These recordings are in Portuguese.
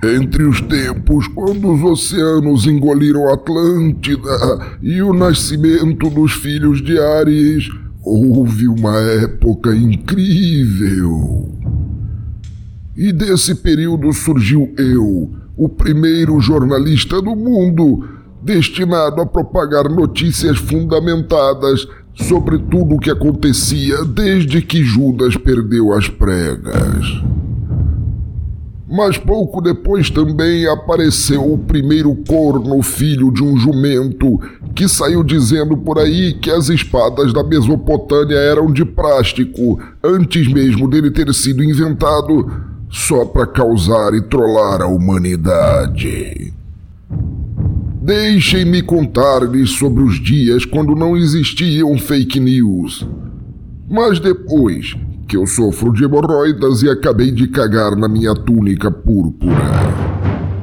Entre os tempos quando os oceanos engoliram a Atlântida e o nascimento dos filhos de Ares, houve uma época incrível. E desse período surgiu eu, o primeiro jornalista do mundo, destinado a propagar notícias fundamentadas sobre tudo o que acontecia desde que Judas perdeu as pregas. Mas pouco depois também apareceu o primeiro corno filho de um jumento que saiu dizendo por aí que as espadas da Mesopotâmia eram de plástico antes mesmo dele ter sido inventado, só para causar e trollar a humanidade. Deixem-me contar-lhes sobre os dias quando não existiam fake news. Mas depois que eu sofro de hemorroidas e acabei de cagar na minha túnica púrpura.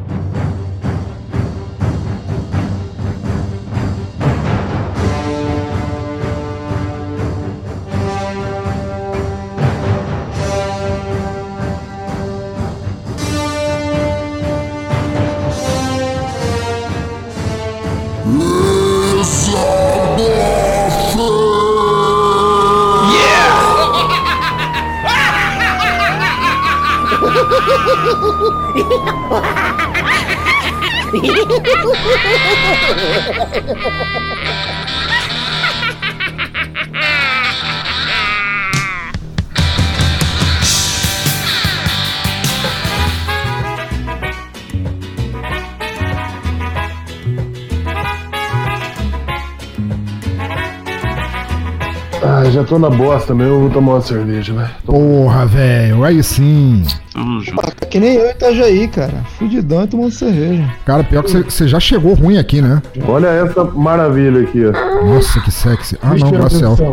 Já tô na bosta mesmo, eu vou tomar uma cerveja, né? Porra, velho, aí sim. Que nem eu e Itajaí, cara. Fudidão e tomando cerveja. Cara, pior que você já chegou ruim aqui, né? Olha essa maravilha aqui, ó. Nossa, que sexy. Ah, não, Graciel.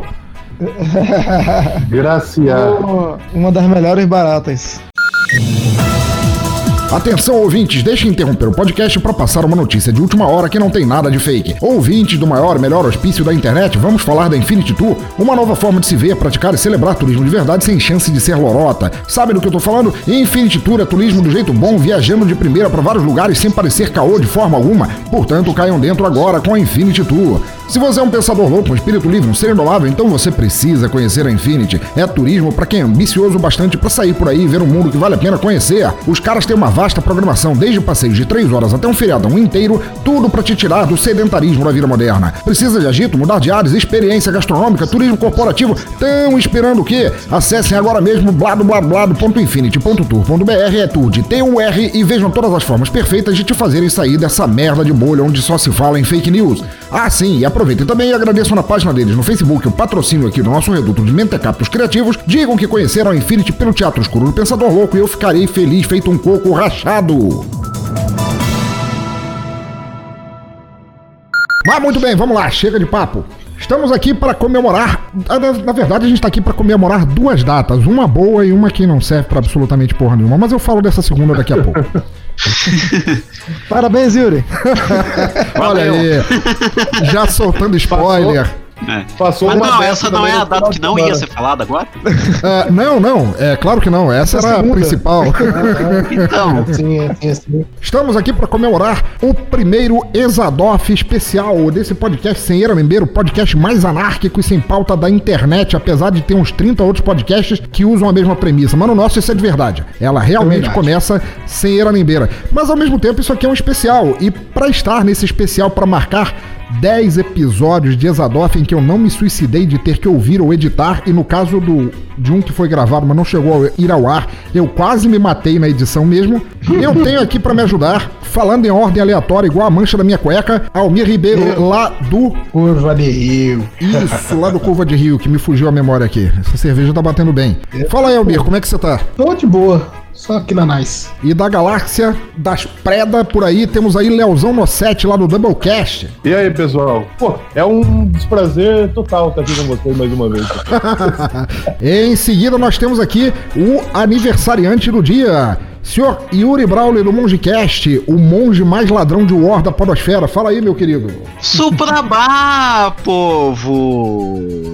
Gracial. Uma das melhores baratas. Atenção, ouvintes, deixe interromper o podcast para passar uma notícia de última hora que não tem nada de fake. Ouvintes do maior e melhor hospício da internet, vamos falar da Infinity Tour, uma nova forma de se ver, praticar e celebrar turismo de verdade sem chance de ser lorota. Sabe do que eu tô falando? Infinity Tour é turismo do jeito bom, viajando de primeira para vários lugares sem parecer caô de forma alguma. Portanto, caiam dentro agora com a Infinity Tour. Se você é um pensador louco, um espírito livre, um ser inovável, então você precisa conhecer a Infinity. É turismo para quem é ambicioso bastante para sair por aí e ver um mundo que vale a pena conhecer. Os caras têm uma vasta programação, desde passeios de 3 horas até um feriadão inteiro, tudo para te tirar do sedentarismo da vida moderna. Precisa de agito, mudar de ares, experiência gastronômica, turismo corporativo? Tão esperando o quê? Acessem agora mesmo bladoblablado.infinity.tour.br, é tour de TUR, e vejam todas as formas perfeitas de te fazerem sair dessa merda de bolha onde só se fala em fake news. Ah, sim, e aproveitem também e agradeçam na página deles no Facebook o patrocínio aqui do nosso reduto de mentecaptos criativos. Digam que conheceram a Infinity pelo Teatro Escuro do Pensador Louco e eu ficarei feliz feito um coco rachado. Mas muito bem, vamos lá, chega de papo. Estamos aqui para comemorar, na verdade a gente está aqui para comemorar 2 datas, uma boa e uma que não serve para absolutamente porra nenhuma, mas eu falo dessa segunda daqui a pouco. Parabéns, Yuri. Olha aí, já soltando spoiler. Mas não, essa não é a data que não ia ser falada agora? Não, é claro que não, essa era a principal. Então, Sim. Estamos aqui para comemorar o primeiro Exadoff especial desse podcast Sem Eira Membeiro, o podcast mais anárquico e sem pauta da internet, apesar de ter uns 30 outros podcasts que usam a mesma premissa, mas no nosso isso é de verdade. Ela realmente começa sem Eira Membeira. Mas ao mesmo tempo isso aqui é um especial, e para estar nesse especial, para marcar 10 episódios de Exadoff em que eu não me suicidei de ter que ouvir ou editar, e no caso de um que foi gravado, mas não chegou a ir ao ar, eu quase me matei na edição mesmo. Eu tenho aqui pra me ajudar, falando em ordem aleatória, igual a mancha da minha cueca, Almir Ribeiro, lá do... Curva de Rio. Isso, lá do Curva de Rio, que me fugiu a memória aqui. Essa cerveja tá batendo bem. Fala aí, Almir, como é que você tá? Tô de boa. Só aqui na Nice. E da galáxia das Preda por aí, temos aí Leozão Nossetti lá do Doublecast. E aí, pessoal? Pô, é um desprazer total estar aqui com vocês mais uma vez. Em seguida, nós temos aqui o aniversariante do dia, senhor Yuri Brawley do MongeCast, o monge mais ladrão de War da podosfera. Fala aí, meu querido. Suprabá, povo!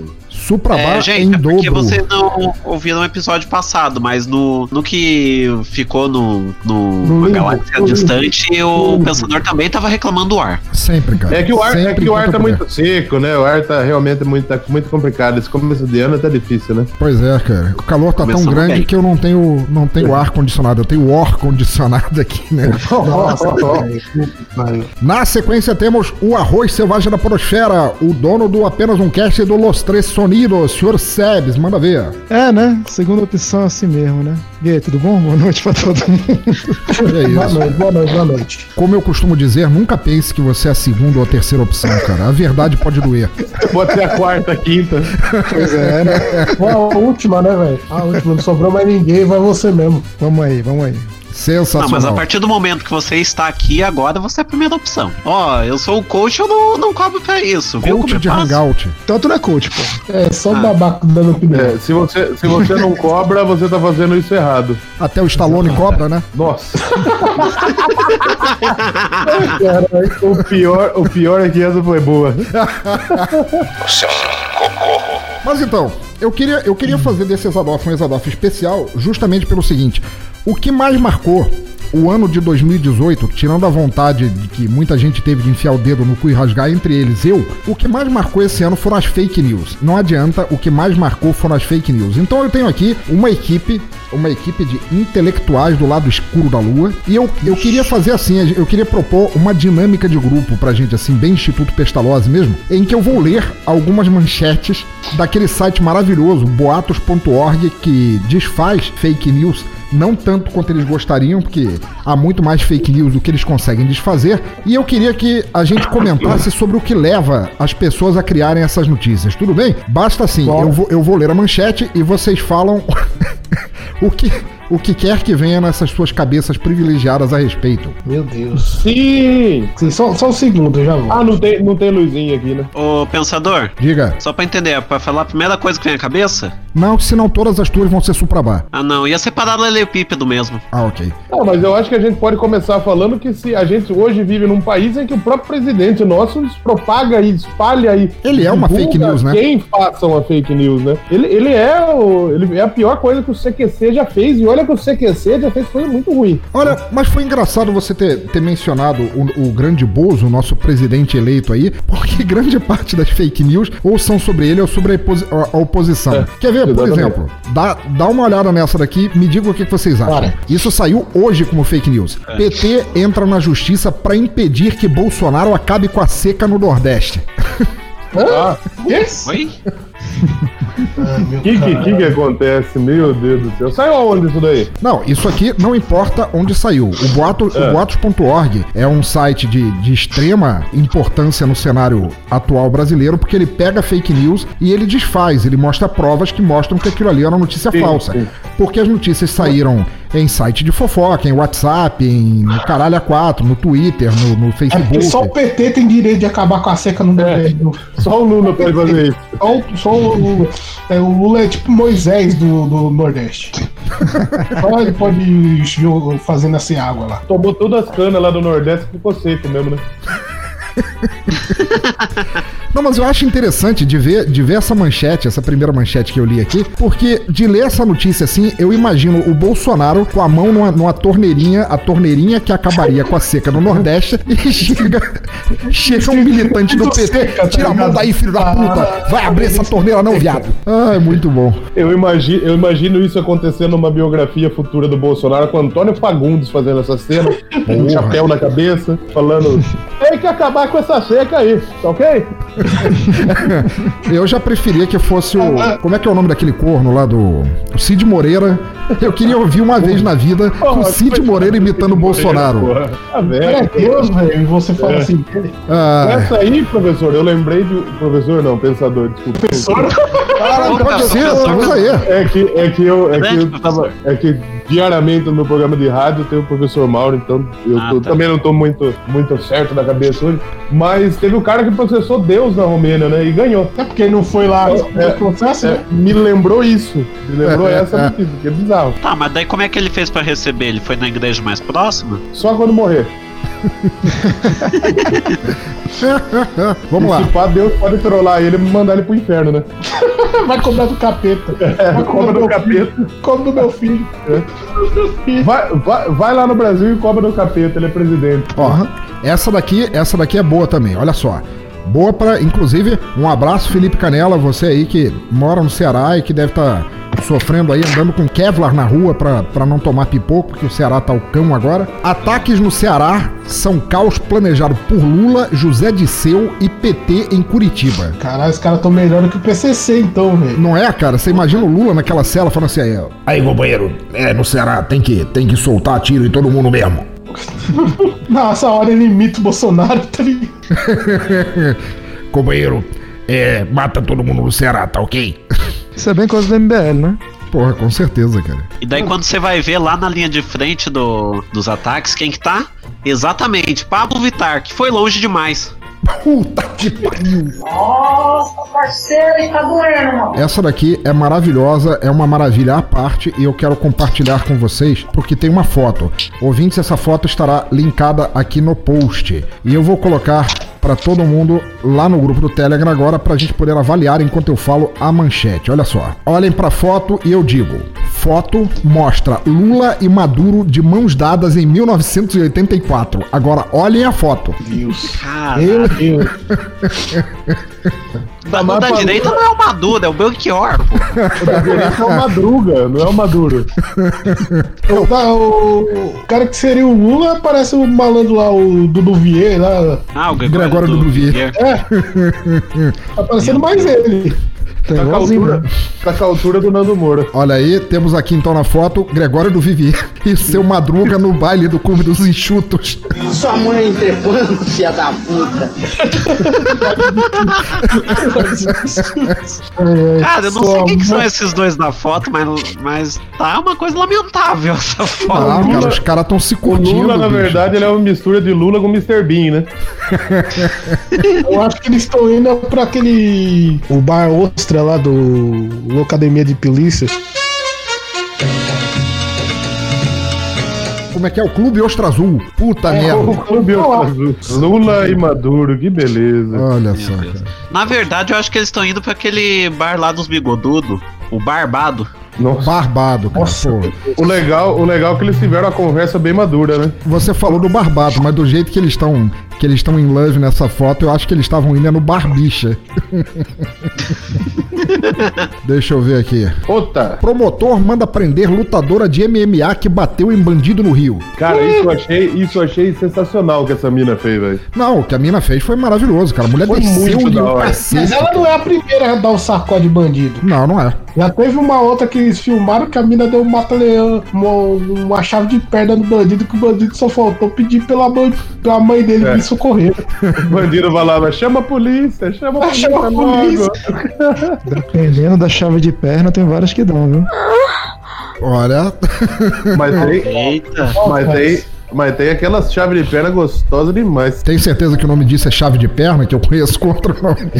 Suprabar gente, em é porque dobro. vocês não ouviram no episódio passado, mas no que ficou numa galáxia distante, o Pensador também tava reclamando do ar. Sempre, cara. É que o ar, Sempre tá enquanto muito puder. seco, né? O ar tá realmente muito complicado. Esse começo de ano tá difícil, né? Pois é, cara. O calor tá tão Começamos grande bem. que eu não tenho ar-condicionado. Eu tenho ar-condicionado aqui, né? Nossa, velho. Na sequência temos o Arroz Selvagem da Podosfera, o dono do Apenas um Cast do Los Tres Sonidos, Sr. Sebes, manda ver. É, né? Segunda opção assim mesmo, né? E aí, tudo bom? Boa noite pra todo mundo. É isso. Boa noite. Como eu costumo dizer, nunca pense que você é a segunda ou a terceira opção, cara. A verdade pode doer. Pode ser a quarta, a quinta. Pois é, né? A última, né, velho? A última, não sobrou mais ninguém, vai você mesmo. Vamos aí. Sensacional. Não, mas a partir do momento que você está aqui agora, você é a primeira opção. Eu sou o coach, eu não cobro pra isso, viu? Coach como de eu faço? Hangout. Então tu não é coach, pô. É só babaca dando opinião. Se você não cobra, você tá fazendo isso errado. Até o Stallone cobra, né? Nossa. Caralho, o pior é que essa foi boa. Mas então, eu queria fazer desse Exadoff um Exadoff especial justamente pelo seguinte. O que mais marcou o ano de 2018, tirando a vontade de que muita gente teve de enfiar o dedo no cu e rasgar, entre eles eu, o que mais marcou esse ano foram as fake news. Não adianta, o que mais marcou foram as fake news. Então eu tenho aqui uma equipe de intelectuais do lado escuro da lua, e eu queria fazer assim, eu queria propor uma dinâmica de grupo pra gente, assim, bem Instituto Pestalozzi mesmo, em que eu vou ler algumas manchetes daquele site maravilhoso, boatos.org, que desfaz fake news, não tanto quanto eles gostariam, porque há muito mais fake news do que eles conseguem desfazer, e eu queria que a gente comentasse sobre o que leva as pessoas a criarem essas notícias, tudo bem? Basta assim, eu vou ler a manchete e vocês falam o que quer que venha nessas suas cabeças privilegiadas a respeito. Meu Deus. Sim! Só um segundo, eu já vou. Ah, não tem luzinha aqui, né? Ô, Pensador, Diga. só pra entender, é pra falar a primeira coisa que vem à cabeça? Não, senão todas as tuas vão ser suprabar. Ah, não, ia separar o Lelepípedo mesmo. Ah, ok. Não, mas eu acho que a gente pode começar falando que se a gente hoje vive num país em que o próprio presidente nosso propaga e espalha e Ele é uma fake news, né? Quem faça uma fake news, né? Ele é a pior coisa que o CQC já fez, e olha que o CQC já fez coisa muito ruim. Olha, mas foi engraçado você ter mencionado o grande Bozo, o nosso presidente eleito aí, porque grande parte das fake news ou são sobre ele ou sobre a oposição. Quer ver, por exatamente. exemplo, dá uma olhada nessa daqui, me diga o que vocês acham. Bora. Isso saiu hoje como fake news. PT entra na justiça pra impedir que Bolsonaro acabe com a seca no Nordeste. Oi? O que acontece? Meu Deus do céu. Saiu aonde isso daí? Não, isso aqui não importa onde saiu. O boatos.org é um site de extrema importância no cenário atual brasileiro, porque ele pega fake news e ele desfaz, ele mostra provas que mostram que aquilo ali era notícia falsa. sim. Porque as notícias saíram em site de fofoca, em WhatsApp, no Caralho A4, no Twitter, no É porque Facebook. só o PT tem direito de acabar com a seca no Nordeste. Só o Lula pode fazer isso. Só o Lula. O Lula é tipo Moisés do Nordeste. Só ele pode ir fazendo assim água lá. Tomou todas as canas lá do Nordeste e ficou seco mesmo, né? Não, mas eu acho interessante de ver essa manchete, essa primeira manchete que eu li aqui, porque de ler essa notícia assim, eu imagino o Bolsonaro com a mão numa torneirinha, a torneirinha que acabaria com a seca no Nordeste, e chega um militante do PT, tira a mão daí, filho da puta, vai abrir essa torneira não, viado. Ai, muito bom. Eu imagino isso acontecendo numa biografia futura do Bolsonaro, com Antônio Fagundes fazendo essa cena, com um chapéu na cabeça, falando: tem que acabar com essa seca aí, tá ok? Eu já preferia que fosse o... Como é que é o nome daquele corno lá do... O Cid Moreira. Eu queria ouvir uma vez na vida o Cid Moreira imitando o Bolsonaro. Ah, É velho. Deus, velho. E você fala assim dele. Essa aí, professor, eu lembrei de... Professor não, pensador, desculpa. Pode ser, vamos aí. É que diariamente no meu programa de rádio tem o professor Mauro, então eu também não tô muito certo da cabeça hoje, mas teve o cara que processou Deus na Romênia, né, e ganhou. É porque ele não foi lá no processo, né? Me lembrou isso, essa notícia, que é bizarro. Tá, mas daí como é que ele fez pra receber? Ele foi na igreja mais próxima? Só quando morrer. Vamos lá. Se pá, Deus pode trollar ele e mandar ele pro inferno, né? Vai cobrar do capeta. Vai cobra do capeta. Cobra do meu filho. Vai lá no Brasil e cobra do capeta, ele é presidente. Ó, essa daqui é boa também, olha só. Boa pra, inclusive, um abraço, Felipe Canela, você aí que mora no Ceará e que deve estar sofrendo aí, andando com Kevlar na rua pra não tomar pipoco, porque o Ceará tá o cão agora. Ataques no Ceará são caos planejado por Lula, José Disseu e PT em Curitiba. Caralho, os caras tão melhor que o PCC então, velho. Não é, cara? Você imagina o Lula naquela cela falando assim, aí companheiro, no Ceará tem que soltar tiro em todo mundo mesmo. Nessa hora ele imita o Bolsonaro, tá ligado? Companheiro, mata todo mundo no Ceará, tá ok? Isso é bem coisa do MBL, né? Porra, com certeza, cara. E daí quando você vai ver lá na linha de frente dos ataques, quem que tá? Exatamente, Pablo Vittar, que foi longe demais. Puta que pariu! Nossa, parceiro, tá doendo, mano. Essa daqui é maravilhosa, é uma maravilha à parte e eu quero compartilhar com vocês porque tem uma foto. Ouvintes, essa foto estará linkada aqui no post e eu vou colocar para todo mundo lá no grupo do Telegram agora pra gente poder avaliar enquanto eu falo a manchete. Olha só, olhem pra foto e eu digo: foto mostra Lula e Maduro de mãos dadas em 1984. Agora olhem a foto. Deus. Meu Deus. O da direita não é o Maduro, é o Belchior. O da direita é o Madruga, não é o Maduro. O cara que seria o Lula parece o malandro lá, o Dudu Vier lá. Ah, o Gregório Dudu Vier. Tá parecendo mais ele. Tá com a altura do Nando Moura. Olha aí, temos aqui então na foto Gregório do Vivier e seu Madruga no baile do Clube dos Enxutos. Sua mãe entrepando, filha da puta. Cara, eu não sei quem que são esses dois na foto, mas tá uma coisa lamentável essa foto. Ah, cara, os caras estão se curtindo. O Lula, na bicho. verdade, ele é uma mistura de Lula com Mr. Bean, né? Eu acho que eles estão indo pra aquele. O Bar Ostra lá do Academia de Polícia. Como é que é o Clube Ostra Azul? Puta merda. O Clube Azul. Lula e Maduro, que beleza. Olha só, cara. Na verdade, eu acho que eles estão indo pra aquele bar lá dos bigodudos, o Barbado. Nossa. Barbado, cara. Pô. O legal é que eles tiveram uma conversa bem madura, né? Você falou do Barbado, mas do jeito que eles estão em love nessa foto, eu acho que eles estavam indo no Barbicha. Deixa eu ver aqui. Puta. Promotor manda prender lutadora de MMA que bateu em bandido no Rio. Cara, isso eu achei sensacional que essa mina fez, velho. Não, o que a mina fez foi maravilhoso, cara. A mulher Foi desceu muito e da o hora. cacete. Mas ela não é a primeira a dar o sacode bandido. Não, não é. Já teve uma outra que eles filmaram que a mina deu um mata-leão, uma chave de perna no bandido, que o bandido só faltou pedir pela mãe dele me socorrer. O bandido falava, chama a polícia, chama a polícia. Chama a polícia. Dependendo da chave de perna, tem várias que dão, viu? Olha. Mas tem aquelas chaves de perna gostosas demais. Tem certeza que o nome disso é chave de perna, que eu conheço com outro nome?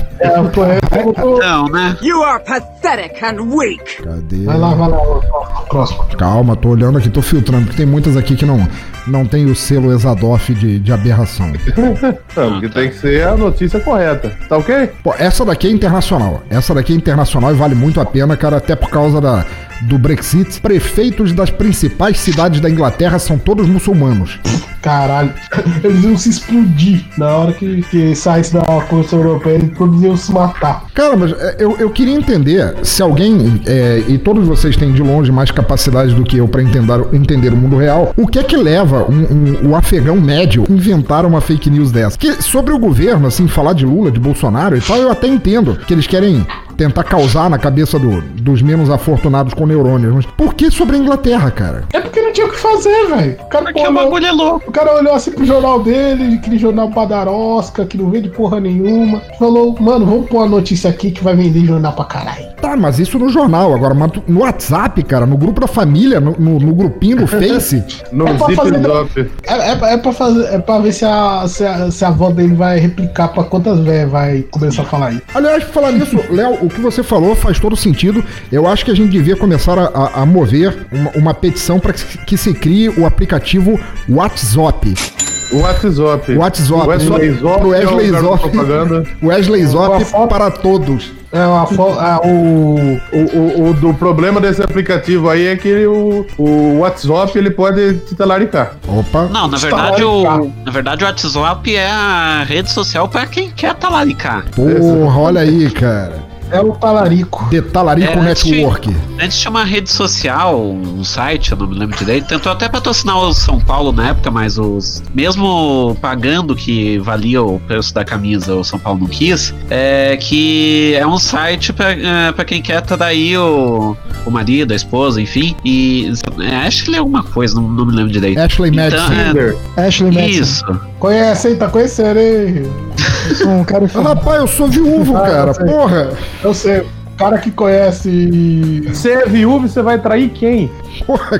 Não, né? You are pathetic and weak. Cadê? Vai lá, próximo. Calma, tô olhando aqui, tô filtrando, porque tem muitas aqui que não tem o selo Exadoff de aberração. Não, porque tem que ser a notícia correta. Tá ok? Pô, essa daqui é internacional. Essa daqui é internacional e vale muito a pena, cara, até por causa do Brexit. Prefeitos das principais cidades da Inglaterra são todos muçulmanos. Caralho, eles iam se explodir na hora que saísse da Constituição Europeia, eles todos iam se matar. Cara, mas eu queria entender se alguém, e todos vocês têm de longe mais capacidade do que eu pra entender o mundo real, o que é que leva o afegão médio a inventar uma fake news dessa? Que sobre o governo, assim, falar de Lula, de Bolsonaro e tal, eu até entendo que eles querem tentar causar na cabeça dos menos afortunados com neurônios. Mas por que sobre a Inglaterra, cara? É porque não tinha o que fazer, velho. Porque o bagulho é louco. O cara olhou assim pro jornal dele, aquele jornal Padarosca, que não vende porra nenhuma. Falou, mano, vamos pôr uma notícia aqui que vai vender jornal pra caralho. Tá, mas isso no jornal. Agora, no WhatsApp, cara, no grupo da família, no grupinho do Face. No Zip-Zop. É pra ver se a avó dele vai replicar pra quantas velhas vai começar a falar isso. Aliás, por falar nisso, Léo, o que você falou faz todo sentido. Eu acho que a gente devia começar a mover uma petição para que se crie o aplicativo WhatsApp. WhatsApp. Pro Wesley Zop. Wesley Zop para todos. O do problema desse aplicativo aí é que o WhatsApp ele pode te talaricar. Opa. Não, na verdade o WhatsApp é a rede social pra quem quer talaricar. Porra, olha aí, cara. É o talarico. The Talarico Network. Antes tinha uma rede social, um site, eu não me lembro direito. Tentou até patrocinar o São Paulo na época, mas mesmo pagando que valia o preço da camisa, o São Paulo não quis. Que é um site pra quem quer trair o marido, a esposa, enfim. E Ashley alguma coisa, não me lembro direito. Ashley Madison. Ashley Madison. Isso. Conhece, hein? Tá conhecendo, hein? Eu sou um cara que... Rapaz, eu sou viúvo, cara. Porra. Eu sei. O cara que conhece... Você é viúvo, você vai trair quem? Porra.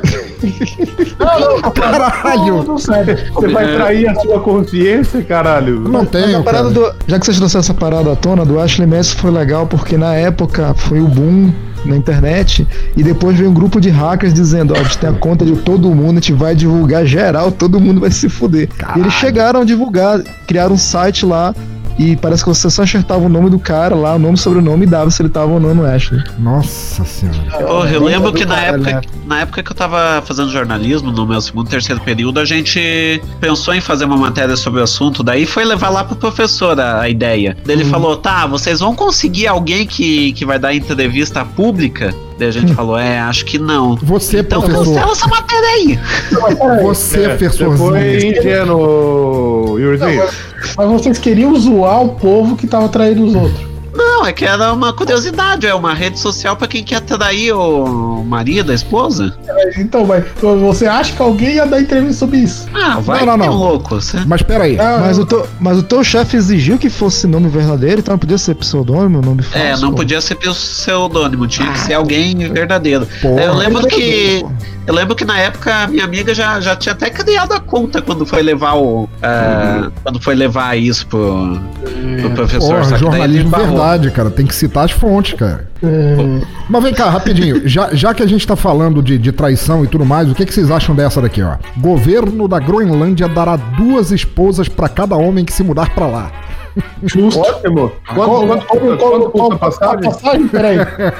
Não, caralho. Não serve. Você vai trair a sua consciência, caralho? Não tenho, cara. Já que vocês trouxeram essa parada à tona, do Ashley Madison foi legal porque na época foi o boom na internet e depois veio um grupo de hackers dizendo, ó, a gente tem a conta de todo mundo, a gente vai divulgar geral, todo mundo vai se fuder. E eles chegaram a divulgar, criaram um site lá e parece que você só acertava o nome do cara lá, o nome e sobrenome e dava se ele tava ou não no Ashley. Nossa senhora. Porra, eu lembro que na época que eu tava fazendo jornalismo, no meu segundo, terceiro período, a gente pensou em fazer uma matéria sobre o assunto, daí foi levar lá pro professor a ideia. Daí ele falou, tá, vocês vão conseguir alguém que vai dar entrevista pública? Daí a gente falou, acho que não. Você, então, professor. cancela essa matéria aí. Você, professorzinho. Foi ingênuo, Yurizinho. Mas vocês queriam zoar o povo que tava traindo os outros. Não, é que era uma curiosidade, é uma rede social pra quem quer trair o marido, a esposa. Então, mas você acha que alguém ia dar entrevista sobre isso? Ah, vai não. louco. Mas peraí. Mas o teu chefe exigiu que fosse nome verdadeiro, então não podia ser pseudônimo, nome falso? Não podia ser pseudônimo, tinha que ser alguém verdadeiro. Porra. Eu lembro que na época a minha amiga já tinha até criado a conta quando foi levar quando foi levar isso pro professor. Porra, só que jornalismo verdade, cara. Tem que citar as fontes, cara. Mas vem cá, rapidinho. Já que a gente tá falando de traição e tudo mais, o que vocês acham dessa daqui, ó? Governo da Groenlândia dará 2 esposas pra cada homem que se mudar pra lá. Justo. Ótimo. Quanto custa a passagem? Peraí.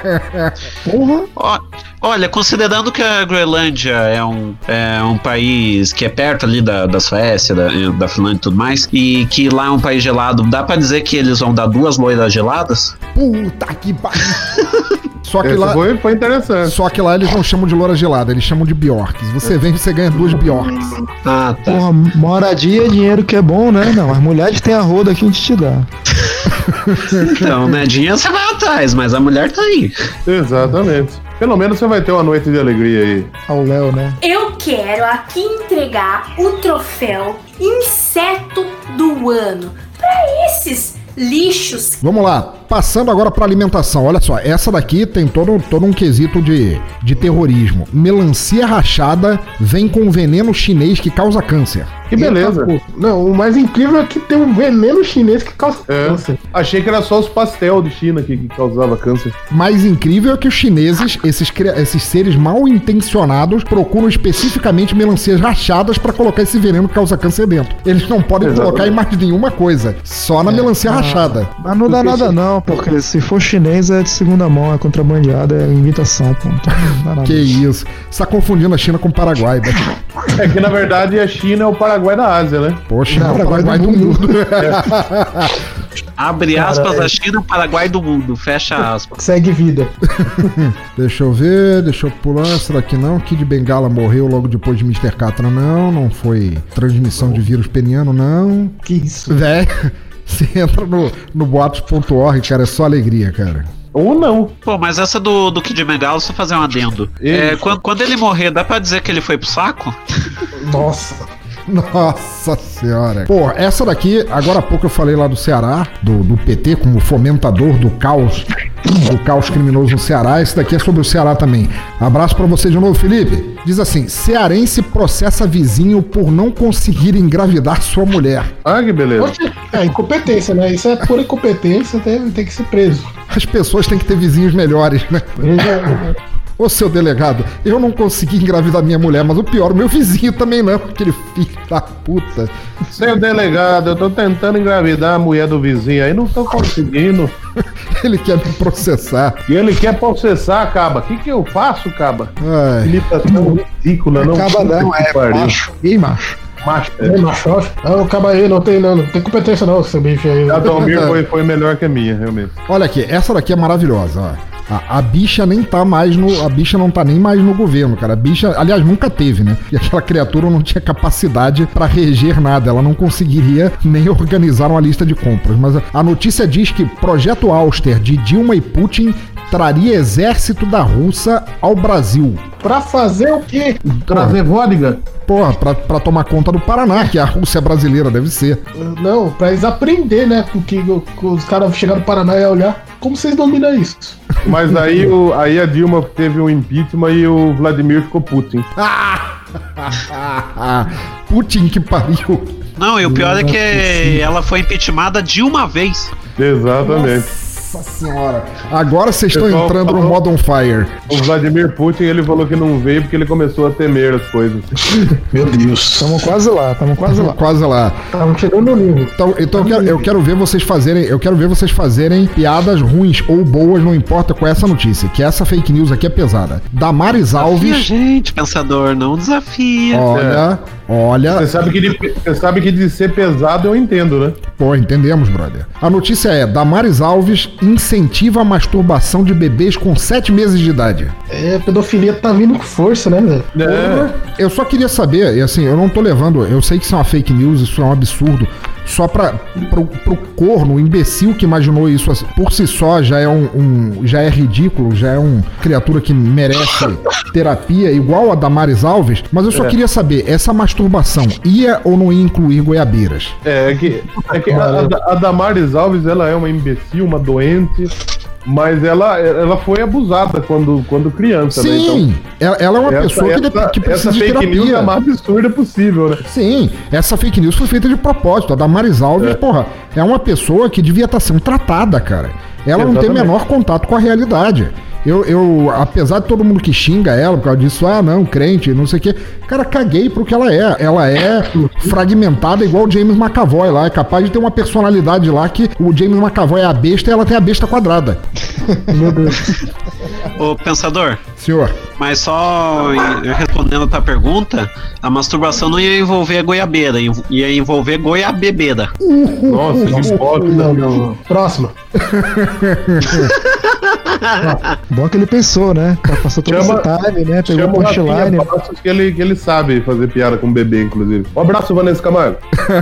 Olha, considerando que a Groenlândia é um país que é perto ali da Suécia, da Finlândia e tudo mais, e que lá é um país gelado, dá pra dizer que eles vão dar 2 loiras geladas? Puta que pariu. Só que lá foi interessante. Só que lá eles não chamam de loura gelada, eles chamam de Bjorks. Você vem e você ganha 2 Bjorks. Ah, tá. Porra, moradia é dinheiro que é bom, né? Não, as mulheres têm a roda que a gente te dá. Então, né? Dinheiro você vai atrás, mas a mulher tá aí. Exatamente. Pelo menos você vai ter uma noite de alegria aí. Ao Léo, né? Eu quero aqui entregar o troféu Inseto do Ano pra esses lixos. Vamos lá, passando agora pra alimentação. Olha só, essa daqui tem todo um quesito de terrorismo. Melancia rachada vem com veneno chinês que causa câncer. Que beleza. Não, o mais incrível é que tem um veneno chinês que causa câncer. Achei que era só os pastel de China que causava câncer. Mais incrível é que os chineses, esses seres mal intencionados, procuram especificamente melancias rachadas pra colocar esse veneno que causa câncer dentro. Eles não podem colocar em mais nenhuma coisa, só na melancia rachada. Mas não dá nada não, porque se for chinês é de segunda mão, é contrabandeado, é imitação, pô. Então, não dá nada. Que isso. Você tá confundindo a China com o Paraguai, né? É que na verdade a China é o Paraguai da Ásia, né? Poxa, não, o Paraguai do mundo. Abre aspas, a China, o Paraguai do mundo. Fecha aspas. Segue vida. Deixa eu ver, deixa eu pular. Será que não? Kid Bengala morreu logo depois de Mr. Catra, não foi transmissão de vírus peniano, não. Que isso? Véi, você entra no boatos.org, cara, é só alegria, cara. Ou não. Pô, mas essa do Kid Bengala, só fazer um adendo. Quando ele morrer, dá pra dizer que ele foi pro saco? Nossa. Nossa senhora. Pô, essa daqui, agora há pouco eu falei lá do Ceará, do PT como fomentador do caos criminoso no Ceará. Esse daqui é sobre o Ceará também. Abraço pra você de novo, Felipe. Diz assim: cearense processa vizinho por não conseguir engravidar sua mulher. Ah, que beleza. É incompetência, né? Isso é pura incompetência, tem que ser preso. As pessoas têm que ter vizinhos melhores, né? Ô, seu delegado, eu não consegui engravidar minha mulher, mas o pior, o meu vizinho também não, aquele filho da puta. Seu delegado, eu tô tentando engravidar a mulher do vizinho aí, não tô conseguindo. Ele quer me processar. E ele quer processar, Caba. O que eu faço, Caba? Ai. Imitação ridícula, não. Caba não, é macho. Ih, macho. Macho. Macho. Não, Caba aí, não tem competência não, seu bicho aí. A Dalmir foi melhor que a minha, realmente. Olha aqui, essa daqui é maravilhosa, ó. A bicha nem tá mais no. A bicha não tá nem mais no governo, cara. A bicha, aliás, nunca teve, né? E aquela criatura não tinha capacidade pra reger nada. Ela não conseguiria nem organizar uma lista de compras. Mas a notícia diz que Projeto Auster de Dilma e Putin traria exército da Rússia ao Brasil. Pra fazer o quê? Trazer vodka? Porra, pra tomar conta do Paraná, que a Rússia brasileira deve ser. Não, pra eles aprender, né? Porque os caras chegaram no Paraná e olhar. Como vocês dominam isso? Mas aí, aí a Dilma teve um impeachment e o Vladimir ficou Putin. Putin que pariu. Não, e o pior é que ela foi impeachmentada de uma vez. Exatamente. Nossa senhora. Agora vocês estão entrando no modo on fire. O Vladimir Putin, ele falou que não veio porque ele começou a temer as coisas. Meu Deus. Estamos quase lá. Quase lá. Estamos chegando no nível. Então eu quero ver vocês fazerem piadas ruins ou boas, não importa com essa notícia, que essa fake news aqui é pesada. Damares Alves. Gente, pensador, não desafia. Olha. Você sabe que de ser pesado eu entendo, né? Pô, entendemos, brother. A notícia é: Damares Alves incentiva a masturbação de bebês com 7 meses de idade. A pedofilia tá vindo com força, né, velho? Eu só queria saber, e assim, eu não tô levando, eu sei que isso é uma fake news, isso é um absurdo. Só pro corno, o imbecil que imaginou isso assim, por si só já é já é ridículo, já é uma criatura que merece terapia igual a Damares Alves, mas eu só queria saber, essa masturbação ia ou não ia incluir goiabeiras? É que a Damares Alves, ela é uma imbecil, uma doente, mas ela foi abusada quando criança, sim, né? Então, ela é uma pessoa que precisa de terapia. Essa fake news é a mais absurda possível, né? Sim, essa fake news foi feita de propósito. A Damares Alves, porra, é uma pessoa que devia estar sendo tratada, cara. Ela não tem menor contato com a realidade. Eu, apesar de todo mundo que xinga ela por causa disso, não, crente, não sei o quê, cara, caguei pro que ela é. Ela é fragmentada igual o James McAvoy lá, é capaz de ter uma personalidade lá que o James McAvoy é a besta e ela tem a besta quadrada. Meu Deus. Ô, pensador. Senhor. Mas só respondendo a tua pergunta, a masturbação não ia envolver a goiabeira, ia envolver goiabebeira. Nossa, que foda. Não. Próximo. Bom que ele pensou, né? Passou todo esse time, né? Pegou o punchline. Que ele sabe fazer piada com bebê, inclusive. Um abraço, Vanessa Camargo.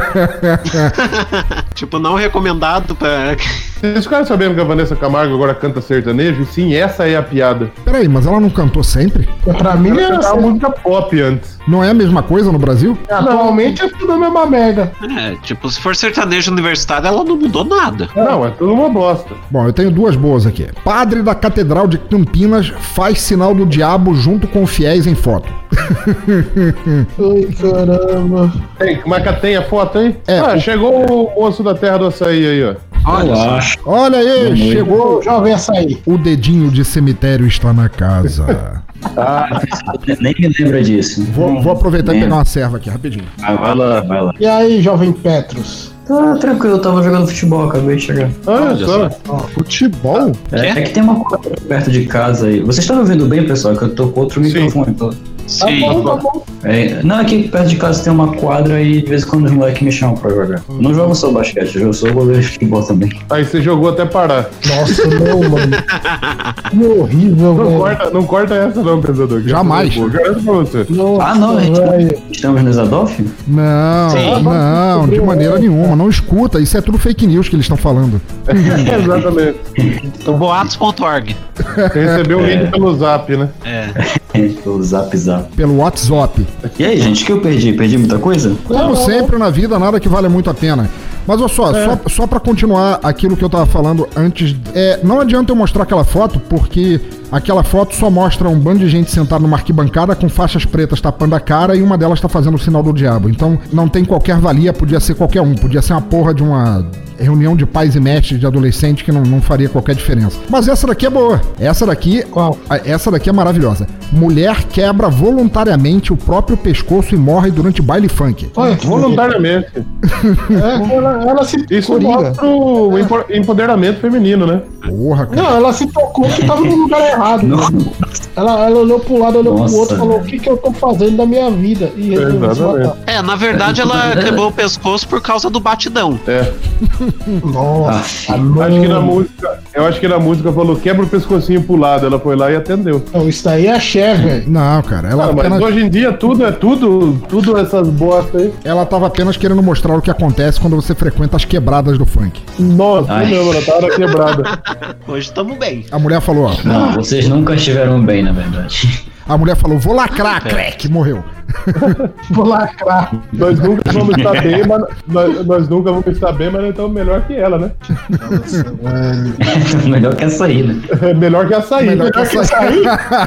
Tipo, não recomendado pra... Vocês ficaram sabendo que a Vanessa Camargo agora canta sertanejo? Sim, essa é a piada. Peraí, mas ela não cantou sempre? Pra mim ela cantava música pop antes. Não é a mesma coisa no Brasil? Atualmente é tudo a mesma merda. Tipo, se for sertanejo universitário, ela não mudou nada. Não, é tudo uma bosta. Bom, eu tenho duas boas aqui. Padre da Catedral de Campinas faz sinal do diabo junto com fiéis em foto. Ai, caramba. Mas tem a foto aí? Chegou o moço da Terra do Açaí aí, ó. Olha aí, chegou. Jovem Açaí. O dedinho de cemitério está na casa. Nem me lembra disso. Vou aproveitar e pegar uma serva aqui, rapidinho. Vai lá. E aí, jovem Petros? Tá tranquilo, eu tava jogando futebol, acabei de chegar. Olha só. Futebol? É que tem uma quadra perto de casa aí. Vocês estão me ouvindo bem, pessoal? Que eu tô com outro microfone. Sim. Tá bom. Não, aqui perto de casa tem uma quadra e de vez em quando os moleques me chamam pra jogar. Não jogo só basquete, eu sou goleiro de futebol também. Aí você jogou até parar. Nossa, não, mano. Que horrível, velho. Não corta essa não, pensador. Jamais. Garanto pra você. Nossa, não, estamos no Zadolf? Não, de maneira nenhuma. Não escuta, isso é tudo fake news que eles estão falando. Exatamente. Boatos.org. Você recebeu o link pelo Zap, né? Pelo Zap. Pelo WhatsApp. E aí, gente, o que eu perdi? Perdi muita coisa? Como sempre na vida, nada que vale muito a pena. Mas olha só pra continuar aquilo que eu tava falando antes, não adianta eu mostrar aquela foto, porque Aquela foto só mostra um bando de gente sentada numa arquibancada com faixas pretas tapando a cara e uma delas tá fazendo o sinal do diabo. Então não tem qualquer valia, podia ser qualquer um. Podia ser uma porra de uma reunião de pais e mestres de adolescente que não faria qualquer diferença. Mas essa daqui é boa. Essa daqui... Qual? Essa daqui é maravilhosa. Mulher quebra voluntariamente o próprio pescoço e morre durante baile funk. Olha, voluntariamente. Ela se... Isso mostra o empoderamento feminino, né? Porra, cara. Não, ela se tocou que tava no lugar errado. Ela olhou pro lado, olhou pro outro e falou: o que eu tô fazendo da minha vida? E resolveu se matar. Na verdade ela quebrou o pescoço por causa do batidão. Nossa, eu acho que na música falou: quebra o pescocinho pro lado. Ela foi lá e atendeu. Não, isso daí é Cher, velho. Não, cara. Ela apenas... Mas hoje em dia tudo essas bosta aí. Ela tava apenas querendo mostrar o que acontece quando você frequenta as quebradas do funk. Nossa, não, ela tava quebrada. Hoje estamos bem. A mulher falou, ó. Não, vocês nunca estiveram bem, na verdade. A mulher falou, vou lacrar, crack, morreu. Vou lacrar. Nós nunca vamos estar bem, mas nós nunca vamos estar bem, mas nós estamos melhor que ela, né? Melhor que açaí, né? Melhor que açaí. Melhor que açaí?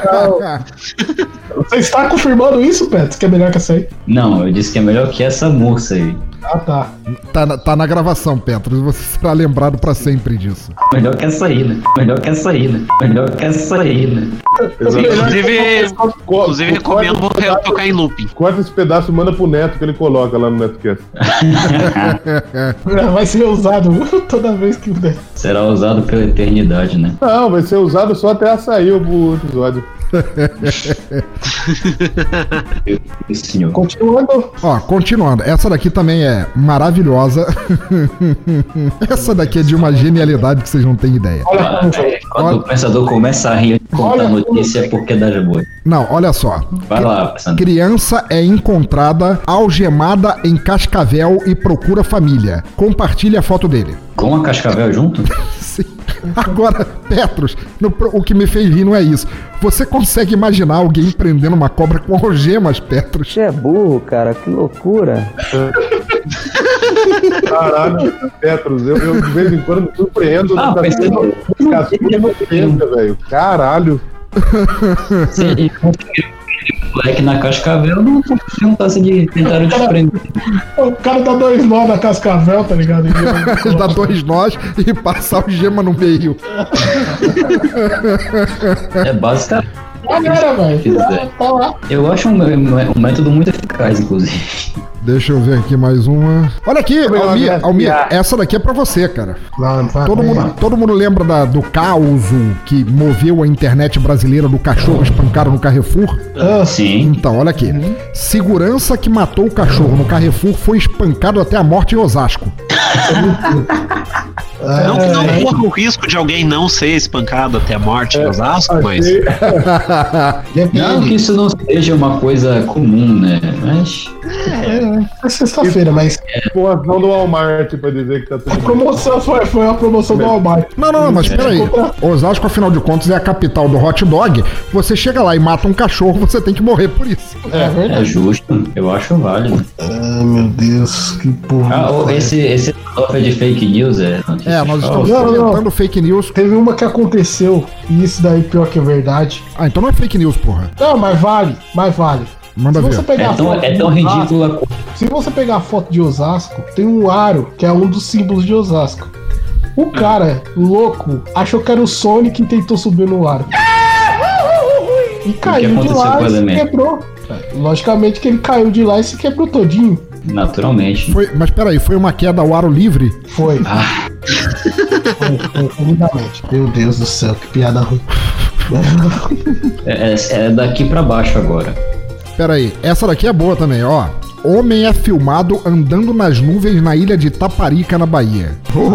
Você está confirmando isso, Petros, que é melhor que açaí? Não, eu disse que é melhor que essa moça aí. Ah, tá. Tá na gravação, Petros. Você será lembrado pra sempre disso. Melhor que açaí, né? Melhor que açaí, né? Melhor que açaí, né? Inclusive recomendo tocar em looping. Corta esse pedaço e manda pro Neto que ele coloca lá no Netcast. Vai ser usado toda vez que der. Será usado pela eternidade, né? Não, vai ser usado só até sair o episódio. Senhor. Continuando. Essa daqui também é maravilhosa. Essa daqui é de uma genialidade que vocês não têm ideia. Quando o pensador começa a rir e contar a notícia é porque dá de boa. Não, olha só. Vai lá, pensador. Criança é encontrada algemada em Cascavel e procura família. Compartilhe a foto dele. Com a Cascavel junto? Sim. Agora, Petros, o que me fez rir não é isso. Você consegue imaginar alguém prendendo uma cobra com algemas, Petros? Você é burro, cara, que loucura. Caralho, Petros, eu de vez em quando me surpreendo. Velho. Caralho. Sim, moleque na Cascavel não tá se tentaram te prender. O cara dá 2 nós na Cascavel, tá ligado? Ele dá 2 nós e passa o gema no meio. É basicamente. Tá lá. Eu acho um método muito eficaz, inclusive. Deixa eu ver aqui mais uma. Olha aqui, Almir, essa daqui é pra você, cara. Todo mundo lembra do caos que moveu a internet brasileira do cachorro espancado no Carrefour? Sim. Então, olha aqui. Segurança que matou o cachorro no Carrefour foi espancado até a morte em Osasco. Não que não corra o risco de alguém não ser espancado até a morte em Osasco, mas... Não que isso não seja uma coisa comum, né? Mas... É sexta-feira, mas... Promoção do Walmart pra dizer que tá tudo... A promoção foi a promoção do Walmart. Não, mas peraí. Osasco, afinal de contas, é a capital do hot dog. Você chega lá e mata um cachorro, você tem que morrer por isso. É justo. Eu acho válido. Ai, meu Deus, que porra. Esse é de fake news, nós estamos comentando fake news. Teve uma que aconteceu, e isso daí pior que é verdade. Ah, então não é fake news, porra. Não, mas vale. Manda ver. É tão ridícula. Se você pegar a foto de Osasco, tem um aro, que é um dos símbolos de Osasco. O cara, louco, achou que era o Sonic e tentou subir no aro. E caiu de lá e se quebrou. Logicamente que ele caiu de lá e se quebrou todinho. Naturalmente. Mas peraí, foi uma queda ao aro livre? Foi. Foi lindamente. Meu Deus do céu, que piada ruim. É daqui pra baixo agora. Peraí, essa daqui é boa também, ó. Homem é filmado andando nas nuvens na ilha de Taparica, na Bahia.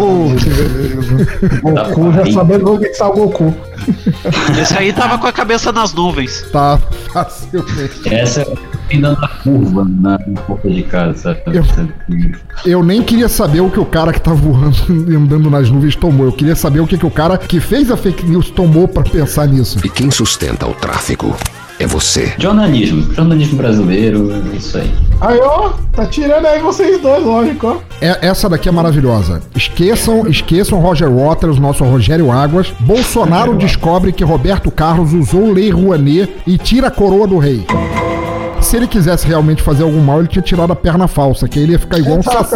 Goku, já sabendo onde está o Goku. Esse aí tava com a cabeça nas nuvens. Tá, facilmente. Essa é dando a curva na porta de casa, sabe? Eu nem queria saber o que o cara que tá voando e andando nas nuvens tomou. Eu queria saber o que o cara que fez a fake news tomou pra pensar nisso. E quem sustenta o tráfico? é você. Jornalismo brasileiro, é isso aí. Aí, ó, tá tirando aí vocês dois, lógico, ó. Essa daqui é maravilhosa. Esqueçam Roger Waters, nosso Rogério Águas. Bolsonaro descobre que Roberto Carlos usou Lei Rouanet e tira a coroa do rei. Se ele quisesse realmente fazer algum mal, ele tinha tirado a perna falsa, que aí ele ia ficar igual um saci.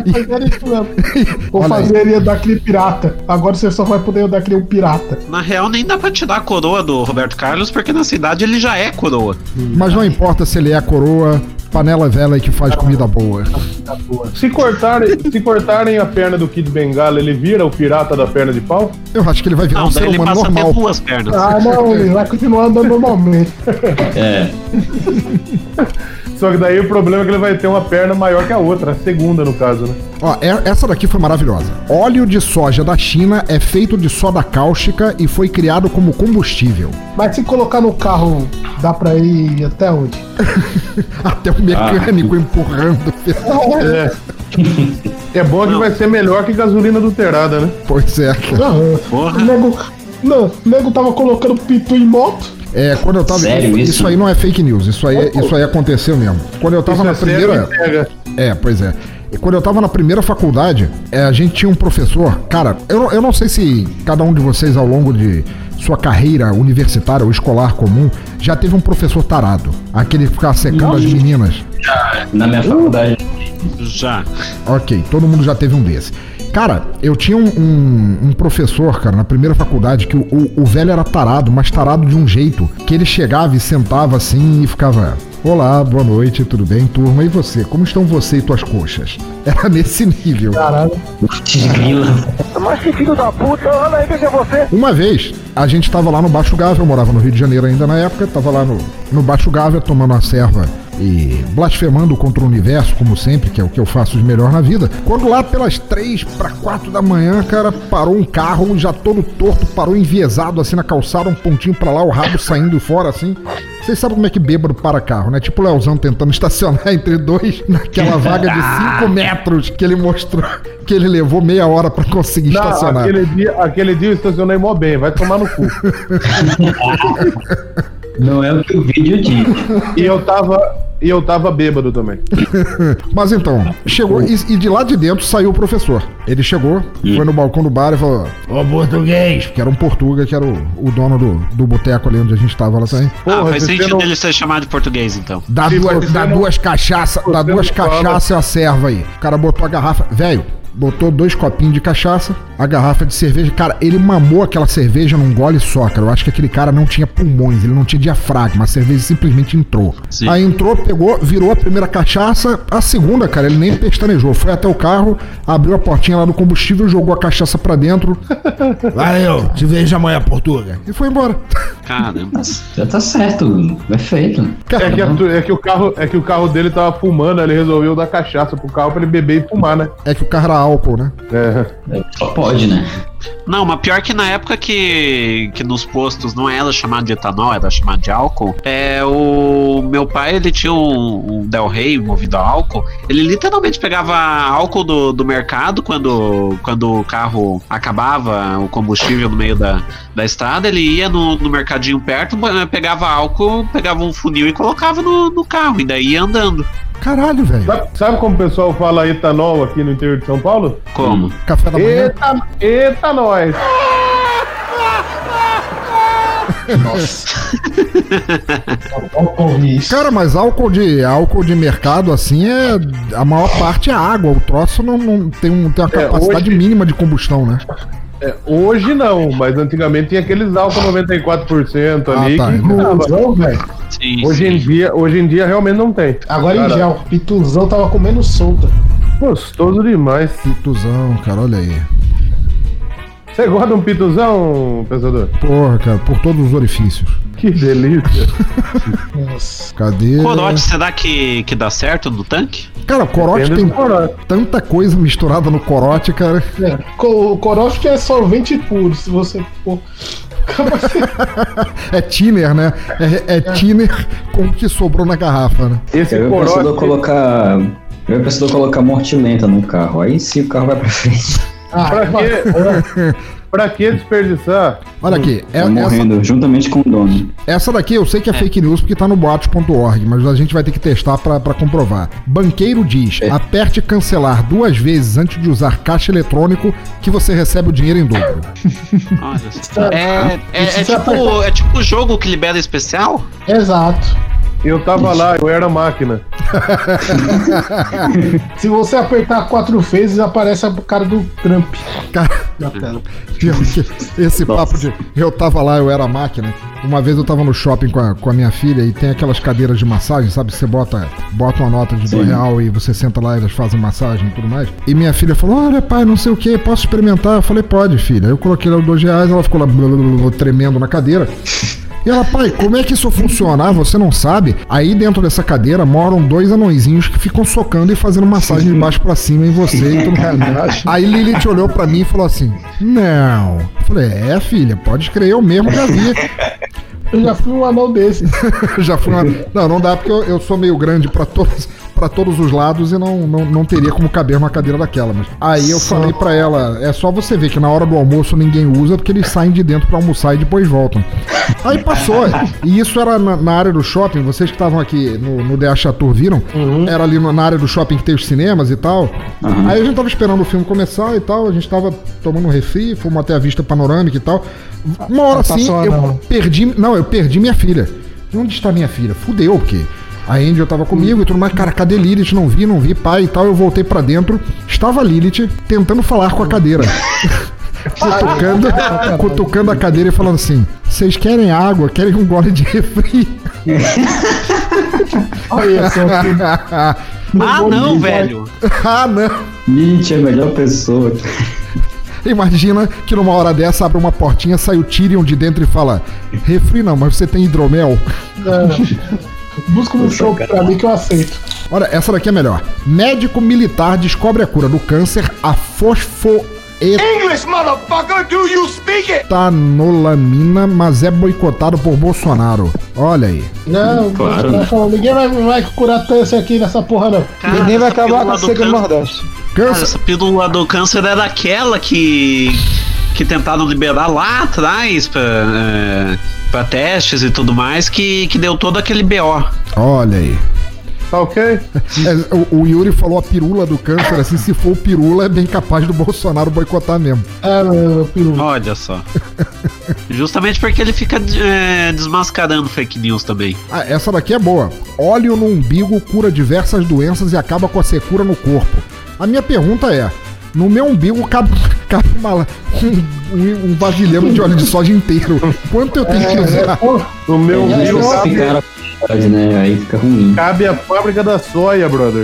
Vou fazer ele andar aquele pirata. Agora você só vai poder andar aquele um pirata. Na real, nem dá pra tirar a coroa do Roberto Carlos, porque na cidade ele já é coroa. Mas não importa se ele é a coroa, panela velha que faz comida boa. Se cortarem a perna do Kid Bengala, ele vira o pirata da perna de pau? Eu acho que ele vai virar um ser humano normal. Ele passa a ter duas pernas. Ah, não, ele vai continuar andando normalmente. Só que daí o problema é que ele vai ter uma perna maior que a outra, a segunda no caso, né? Ó, essa daqui foi maravilhosa. Óleo de soja da China é feito de soda cáustica e foi criado como combustível. Mas se colocar no carro, dá pra ir até onde? Até o mecânico empurrando. É bom que vai ser melhor que gasolina adulterada, né? Pois é. O nego tava colocando pitu em moto. Quando eu tava. Sério, isso aí não é fake news, isso aí aconteceu mesmo. Quando eu tava na primeira. Pois é. E quando eu tava na primeira faculdade, a gente tinha um professor. Cara, eu não sei se cada um de vocês ao longo de sua carreira universitária ou escolar comum já teve um professor tarado. Aquele que ficava secando as meninas. Já, na minha faculdade. Já. Ok, todo mundo já teve um desse. Cara, eu tinha um professor, cara, na primeira faculdade, que o velho era tarado, mas tarado de um jeito, que ele chegava e sentava assim e ficava: olá, boa noite, tudo bem, turma? E você? Como estão você e tuas coxas? Era nesse nível. Caralho. Mas que filho da puta, olha aí, veja você. Uma vez, a gente tava lá no Baixo Gávea, eu morava no Rio de Janeiro ainda na época, tava lá no Baixo Gávea tomando uma serva e blasfemando contra o universo, como sempre, que é o que eu faço de melhor na vida. Quando lá pelas 3 para 4 da manhã, cara, parou um carro, já todo torto, parou enviesado assim na calçada, um pontinho pra lá, o rabo saindo fora assim. Vocês sabem como é que bêbado para carro, né? Tipo o Leozão tentando estacionar entre dois naquela vaga de 5 metros que ele mostrou, que ele levou meia hora pra conseguir estacionar. Aquele dia eu estacionei mó bem, vai tomar no cu. Não é o que o vídeo diz. E eu tava bêbado também. Mas então, chegou e de lá de dentro saiu o professor. Ele chegou, foi no balcão do bar e falou: ô português, que era um portuga, que era o dono do boteco ali onde a gente tava lá também. Faz sentido dele ser chamado de português, então. Dá duas cachaças e a serva aí. O cara botou a garrafa, velho. Botou 2 copinhos de cachaça, a garrafa de cerveja. Cara, ele mamou aquela cerveja num gole só, cara. Eu acho que aquele cara não tinha pulmões, ele não tinha diafragma. A cerveja simplesmente entrou. Sim. Aí entrou, pegou, virou a primeira cachaça. A segunda, cara, ele nem pestanejou. Foi até o carro, abriu a portinha lá do combustível, jogou a cachaça pra dentro. Valeu, te vejo amanhã, Portuga. E foi embora. Caramba. Já tá certo, é feito. É que o carro dele tava fumando, ele resolveu dar cachaça pro carro pra ele beber e fumar, né? É que o carro era álcool, né? Só pode, né? Não, mas pior que na época que nos postos não era chamado de etanol, era chamado de álcool. O meu pai, ele tinha um Del Rey movido a álcool. Ele literalmente pegava álcool do mercado quando o carro acabava o combustível no meio da estrada. Ele ia no mercadinho perto, pegava álcool, pegava um funil e colocava no carro, e daí ia andando. Caralho, velho. Sabe como o pessoal fala etanol aqui no interior de São Paulo? Como? Café da manhã? Eita nós! Nossa. Cara, mas álcool de mercado, assim, a maior parte é água. O troço não tem uma capacidade mínima de combustão, né? Hoje não, mas antigamente tinha aqueles álcool 94% ali que hoje em dia realmente não tem. Agora em gel, pituzão tava comendo solta. Gostoso demais. Pituzão, cara, olha aí. Você gosta de um pituzão, pensador? Porra, cara, por todos os orifícios. Que delícia. Nossa. Cadê? Corote, será que dá certo no tanque? Cara, o corote tem tanta coisa misturada no corote, cara. O corote que é solvente puro, se você for... É thinner, né? É thinner com o que sobrou na garrafa, né? Eu penso colocar morte lenta no carro. Aí sim o carro vai pra frente. Pra quê? Pra que desperdiçar? Olha aqui. Tá morrendo, juntamente com o dono. Essa daqui eu sei que é fake news porque tá no boatos.org, mas a gente vai ter que testar pra comprovar. Banqueiro diz, aperte cancelar 2 vezes antes de usar caixa eletrônico que você recebe o dinheiro em dobro. É tipo o jogo que libera especial? Exato. Eu tava lá, eu era a máquina. Se você apertar 4 vezes, aparece a cara do Trump na tela. Esse papo de eu tava lá, eu era a máquina. Uma vez eu tava no shopping com a minha filha e tem aquelas cadeiras de massagem, sabe? Você bota uma nota de R$2 e você senta lá e elas fazem massagem e tudo mais. E minha filha falou, olha pai, não sei o que, posso experimentar? Eu falei, pode filha. Eu coloquei lá os R$2, ela ficou lá tremendo na cadeira. E ela, pai, como é que isso funciona? Ah, você não sabe? Aí dentro dessa cadeira moram 2 anõezinhos que ficam socando e fazendo massagem de baixo pra cima em você e tudo mais. Aí Lilith olhou pra mim e falou assim, não. Eu falei, filha, pode crer, eu mesmo já vi. Eu já fui um anão desse. Já fui um anão. Não dá porque eu sou meio grande pra todos os lados e não teria como caber uma cadeira daquela. Mas aí eu falei pra ela, é só você ver que na hora do almoço ninguém usa porque eles saem de dentro pra almoçar e depois voltam. Aí passou. E isso era na área do shopping, vocês que estavam aqui no DA Chateau viram? Era ali na área do shopping que tem os cinemas e tal. Aí a gente tava esperando o filme começar e tal, a gente tava tomando um refri, fomos até a vista panorâmica e tal. Uma hora assim, eu perdi minha filha. E onde está minha filha? Fudeu, porque a Angel tava comigo e tudo mais. Cara, cadê Lilith? Não vi, pai e tal. Eu voltei pra dentro. Estava a Lilith tentando falar com a cadeira. cutucando a cadeira e falando assim, vocês querem água? Querem um gole de refri? Olha só. Não, velho. Não. Lilith é a melhor pessoa. Imagina que numa hora dessa abre uma portinha, sai o Tyrion de dentro e fala, refri não, mas você tem hidromel? Busca um show pra mim que eu aceito. Olha, essa daqui é melhor. Médico militar descobre a cura do câncer, a English, motherfucker, do you speak it? Etanolamina, mas é boicotado por Bolsonaro. Olha aí. Não, claro. Ninguém vai curar câncer aqui nessa porra, não. Cara, ninguém vai acabar com a seca do Nordeste. Cara, essa pílula do câncer era aquela que tentaram liberar lá atrás pra testes e tudo mais, que deu todo aquele BO. Olha aí. Tá ok? O Yuri falou a pirula do câncer, assim, se for o pirula, é bem capaz do Bolsonaro boicotar mesmo. Pirula. Olha só. Justamente porque ele fica desmascarando fake news também. Essa daqui é boa. Óleo no umbigo cura diversas doenças e acaba com a secura no corpo. A minha pergunta é, no meu umbigo cabe um vasilhame de óleo de soja inteiro. Quanto eu tenho que usar? No meu umbigo cabe, né? Aí fica ruim. Cabe a fábrica da soia, brother.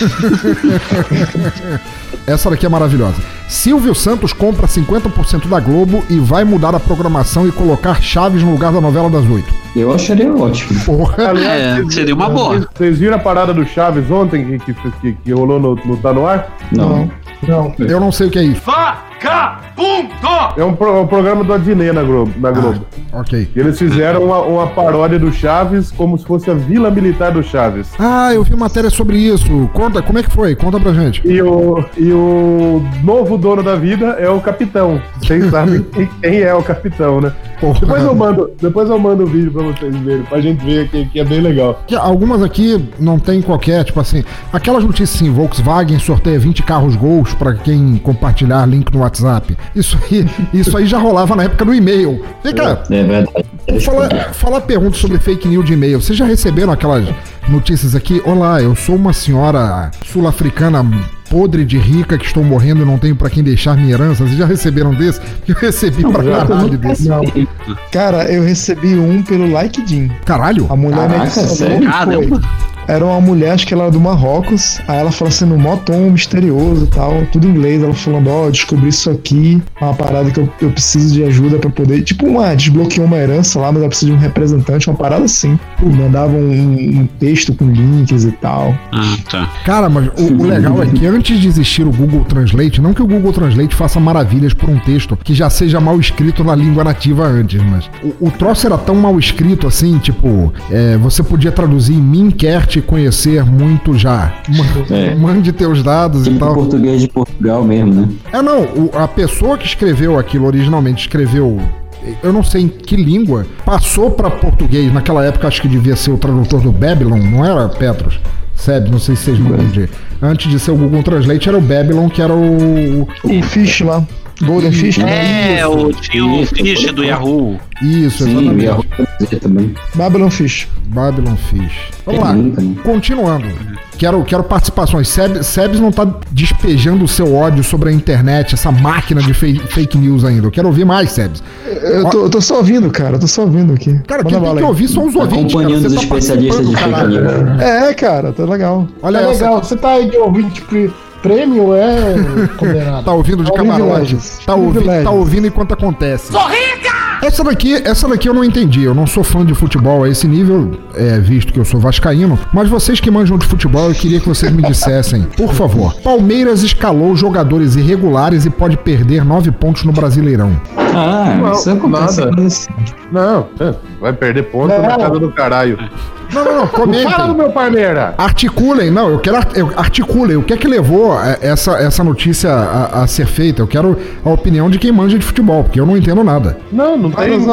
Essa daqui é maravilhosa. Silvio Santos compra 50% da Globo e vai mudar a programação e colocar Chaves no lugar da novela das 8. Eu acharia ótimo. Porra. Aliás, seria uma boa. Vocês viram a parada do Chaves ontem que rolou no Tá No Ar? Não. Eu não sei o que é isso. Vagabundo! É um programa do Adnet na Globo. Ok. E eles fizeram uma paródia do Chaves como se fosse a Vila Militar do Chaves. Eu vi matéria sobre isso. Conta, como é que foi? Conta pra gente. E o novo dono da vida é o capitão. Vocês sabem quem é o capitão, né? Porra. Depois eu mando o vídeo pra vocês verem, pra gente ver que é bem legal. Algumas aqui não tem qualquer, tipo assim, aquelas notícias assim, Volkswagen sorteia 20 carros Gols pra quem compartilhar link no WhatsApp. Isso aí já rolava na época do e-mail. Vem cá. É verdade. Falar perguntas sobre fake news de e-mail. Vocês já receberam aquelas notícias aqui? Olá, eu sou uma senhora sul-africana podre de rica que estou morrendo e não tenho pra quem deixar minha herança. Vocês já receberam desse? Eu recebi pra caralho desse. Não. Cara, eu recebi um pelo LinkedIn. Caralho? A mulher era uma mulher, acho que ela era do Marrocos. Aí ela falou assim, no mó tom misterioso e tal, tudo em inglês. Ela falando, descobri isso aqui, uma parada que eu preciso de ajuda pra poder. Tipo, desbloqueou uma herança lá, mas ela precisa de um representante, uma parada assim. Mandava um texto com links e tal. Tá. Cara, mas o legal é que antes de existir o Google Translate, não que o Google Translate faça maravilhas por um texto que já seja mal escrito na língua nativa antes, mas o troço era tão mal escrito assim, tipo, você podia traduzir Minkert te conhecer muito já. Mande teus dados e tal. Português de Portugal mesmo, né? A pessoa que escreveu aquilo originalmente escreveu, eu não sei em que língua, passou pra português. Naquela época acho que devia ser o tradutor do Babylon, não era, Petros? Seb, não sei se vocês vão entender. Antes de ser o Google Translate era o Babylon, que era o Fish lá. Golden Fish? Tinha o Fish do Yahoo. Isso, sim, exatamente. Yahoo também. Babylon Fish. Vamos lá, continuando. Quero participações. Sebs não tá despejando o seu ódio sobre a internet, essa máquina de fake news ainda. Eu quero ouvir mais, Sebs. Eu tô só ouvindo, cara. Eu tô só ouvindo aqui. Cara, quem tem que ouvir são os ouvintes, cara. Acompanhando os especialistas de fake news. É, cara, tá legal. Olha, tá legal. Você tá aí de ouvinte prêmio, condenado. Tá ouvindo de camarote. Tá ouvindo enquanto acontece. Sou rica! Essa daqui eu não entendi. Eu não sou fã de futebol a esse nível, visto que eu sou vascaíno. Mas vocês que manjam de futebol, eu queria que vocês me dissessem, por favor. Palmeiras escalou jogadores irregulares e pode perder 9 pontos no Brasileirão. Isso acontece. Não, vai perder ponto na casa do caralho. Não, comentem. Fala do meu Palmeiras. Articulem, articulem. O que é que levou essa notícia a ser feita? Eu quero a opinião de quem manja de futebol, porque eu não entendo nada. Não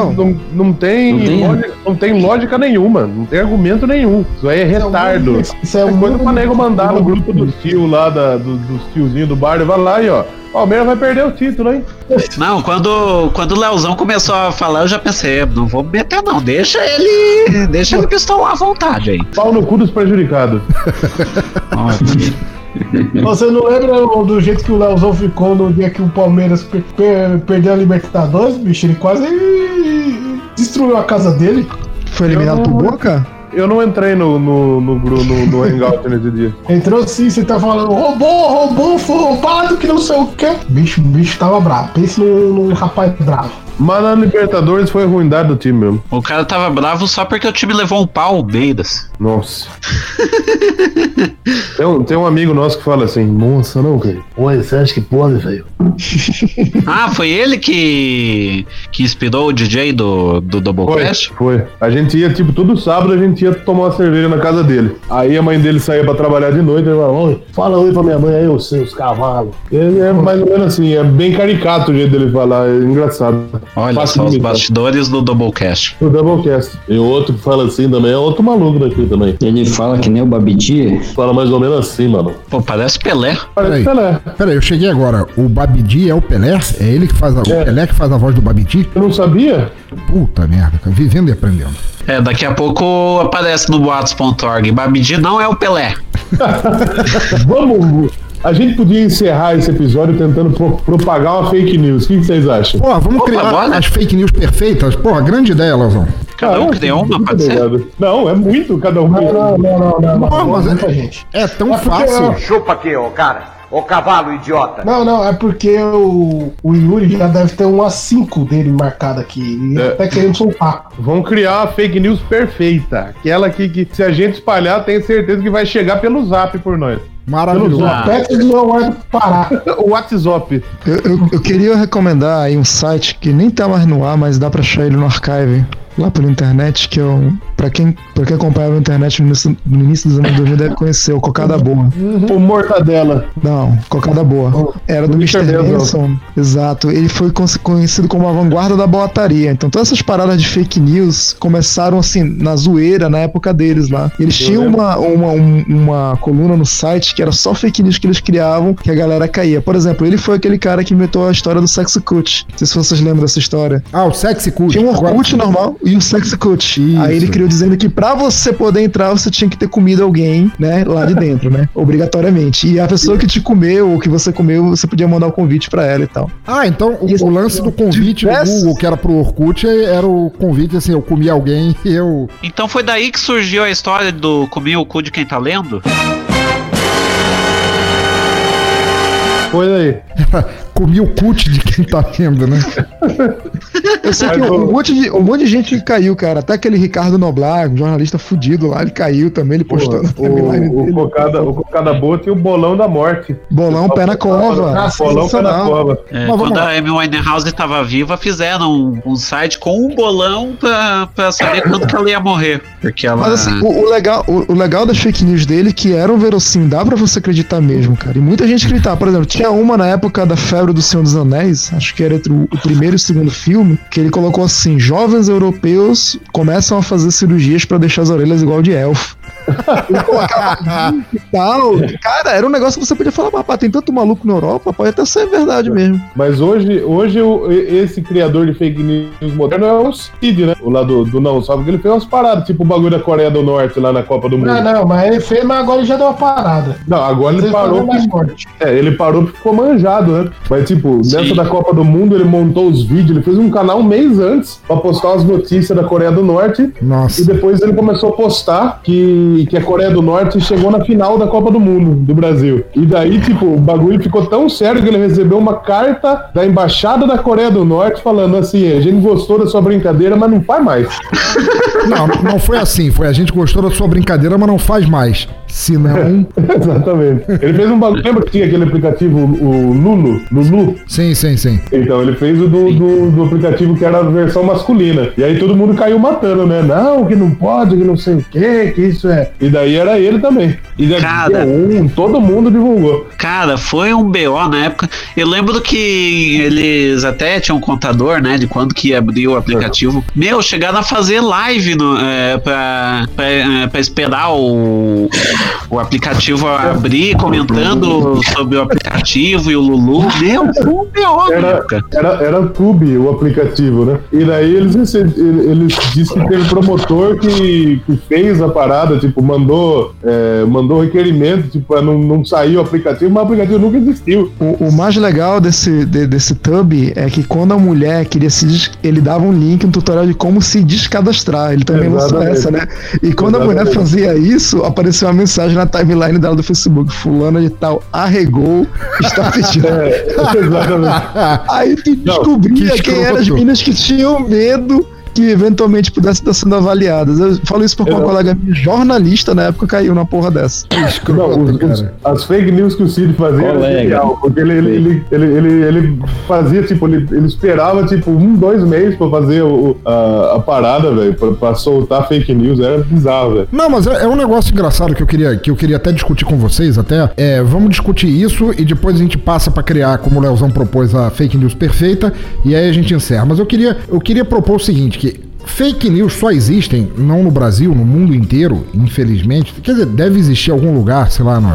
tem lógica nenhuma, não tem argumento nenhum. Isso aí é retardo. Isso é coisa pra nego mandar no grupo dos tios lá, dos tiozinhos do bar, vai lá e ó. Palmeiras vai perder o título, hein? Não, quando o Leozão começou a falar, eu já pensei, não vou me meter não, deixa ele pistolar à vontade aí. Pau no cu dos prejudicados. Você não lembra do jeito que o Leozão ficou no dia que o Palmeiras perdeu a Libertadores, bicho? Ele quase destruiu a casa dele. Foi eliminado por Boca? Eu não entrei no Hangout nesse dia. Entrou sim, você tá falando, roubou, foi roubado, que não sei o quê. O bicho tava bravo. Pense num rapaz bravo. Mas na Libertadores foi ruindade do time mesmo. O cara tava bravo só porque o time levou um pau, Beidas. Nossa. Tem um amigo nosso que fala assim, nossa, não, velho. Oi, você acha que pode, velho? Foi ele que inspirou o DJ do Doublecast? Foi. A gente ia, todo sábado a gente ia tomar uma cerveja na casa dele. Aí a mãe dele saía pra trabalhar de noite e ele falava, oi, fala oi pra minha mãe aí, os cavalos. Ele é mais ou menos assim, é bem caricato o jeito dele falar, é engraçado. Olha só os bastidores do Doublecast. O Doublecast. E o outro que fala assim também é outro maluco daqui também. Ele fala que nem o Babidi? Fala mais ou menos assim, mano. Pô, parece Pelé. Peraí, eu cheguei agora. O Babidi é o Pelé? É ele que faz o Pelé que faz a voz do Babidi? Eu não sabia? Puta merda, cara. Vivendo e aprendendo. Daqui a pouco aparece no boatos.org. Babidi não é o Pelé. Vamos... A gente podia encerrar esse episódio tentando propagar uma fake news. O que vocês acham? Pô, vamos criar as fake news perfeitas. Pô, grande ideia, Lazão. Cada um cria uma, pode ser? Não, é muito cada um. Não. Pô, mas é tão fácil. Chupa aqui, ô cara. Ô cavalo idiota. Não, é porque o Yuri já deve ter um A5 dele marcado aqui. E até querendo soltar. Vamos criar a fake news perfeita. Aquela que se a gente espalhar, tenho certeza que vai chegar pelo Zap por nós. Maravilhoso. O WhatsApp. Eu queria recomendar aí um site que nem tá mais no ar, mas dá pra achar ele no archive. Lá pela internet, que eu, pra quem acompanhava a internet no início dos anos 2000 deve conhecer, o Cocada Boa. O Mortadela. Não, Cocada Boa. Era do Mr. Benson. Exato. Ele foi conhecido como a vanguarda da boataria. Então todas essas paradas de fake news começaram assim, na zoeira, na época deles lá. Eles tinham uma coluna no site que era só fake news que eles criavam, que a galera caía. Por exemplo, ele foi aquele cara que inventou a história do Sexy Cult. Não sei se vocês lembram dessa história. O Sexy Cult. Tinha um Orkut normal e o Sexy Cult. Isso. Aí ele criou dizendo que pra você poder entrar, você tinha que ter comido alguém, né, lá de dentro, né? Obrigatoriamente. E a pessoa que te comeu, ou que você comeu, você podia mandar um convite pra ela e tal. Então o lance do convite do Google, que era pro Orkut, era o convite assim, eu comi alguém e eu... Então foi daí que surgiu a história do comer o cu de quem tá lendo? Foi aí. Comi o cut de quem tá vendo, né? Eu sei que um monte de gente caiu, cara. Até aquele Ricardo Noblar, um jornalista fudido lá, ele caiu também, ele postou na timeline dele. O Cocada Boa tinha o bolão da morte. Bolão pé na cova. Bolão pé na cova. Quando a Amy Winehouse estava viva, fizeram um site com um bolão pra saber quando que ela ia morrer. Porque ela... Mas assim, o legal das fake news dele que eram verossímil, dá pra você acreditar mesmo, cara. E muita gente acreditava. Por exemplo, tinha uma na época da febre do Senhor dos Anéis, acho que era entre o primeiro e o segundo filme, que ele colocou assim: jovens europeus começam a fazer cirurgias pra deixar as orelhas igual de elfo. Ele colocava e tal. Cara, era um negócio que você podia falar, rapaz, tem tanto maluco na Europa, pode até ser verdade mesmo. Mas hoje esse criador de fake news moderno é o Cid, né? O lá do Não Sabe, porque ele fez umas paradas, tipo o bagulho da Coreia do Norte lá na Copa do Mundo. Não, mas ele fez, mas agora ele já deu uma parada. Não, agora ele parou. Ele parou porque ficou manjado, né? Mas tipo, nessa da Copa do Mundo, ele montou os vídeos, ele fez um canal um mês antes pra postar as notícias da Coreia do Norte. Nossa. E depois ele começou a postar que a Coreia do Norte chegou na final da Copa do Mundo do Brasil. E daí, tipo, o bagulho ficou tão sério que ele recebeu uma carta da embaixada da Coreia do Norte falando assim: a gente gostou da sua brincadeira, mas não faz mais. Não foi assim, foi a gente gostou da sua brincadeira, mas não faz mais. Se não... Exatamente. Ele fez um bagulho, lembra que tinha aquele aplicativo, o Lulu? Sim. Então, ele fez o do aplicativo que era a versão masculina. E aí todo mundo caiu matando, né? Não, que não pode, que não sei o que isso é... E daí era ele também. E daí todo mundo divulgou. Cara, foi um BO na época. Eu lembro que eles até tinham um contador, né, de quando que ia abrir o aplicativo. Meu, chegaram a fazer live pra esperar o aplicativo abrir, comentando sobre o aplicativo e o Lulu. Meu, foi um BO na época. Era Tube o aplicativo, né? E daí eles disseram que teve promotor que fez a parada, tipo, mandou requerimento, tipo, pra não sair o aplicativo, mas o aplicativo nunca existiu. O mais legal desse Tube é que quando a mulher queria ele dava um link, um tutorial de como se descadastrar. Ele também lançou essa, né? E quando a mulher fazia isso, apareceu uma mensagem na timeline dela do Facebook: fulana de tal arregou, está pedindo. Exatamente. Aí tu descobria quem eram as meninas que tinham medo que eventualmente pudesse estar sendo avaliadas. Eu falo isso porque uma colega minha, jornalista, na época, caiu na porra dessa. As fake news que o Cid fazia era genial, porque ele fazia, tipo, ele esperava, tipo, 1-2 meses pra fazer a parada, velho, pra soltar fake news, era bizarro, velho. Não, mas é um negócio engraçado que eu queria até discutir com vocês, vamos discutir isso e depois a gente passa pra criar, como o Leozão propôs, a fake news perfeita, e aí a gente encerra. Mas eu queria propor o seguinte, que fake news só existem, não no Brasil, no mundo inteiro, infelizmente. Quer dizer, deve existir em algum lugar, sei lá,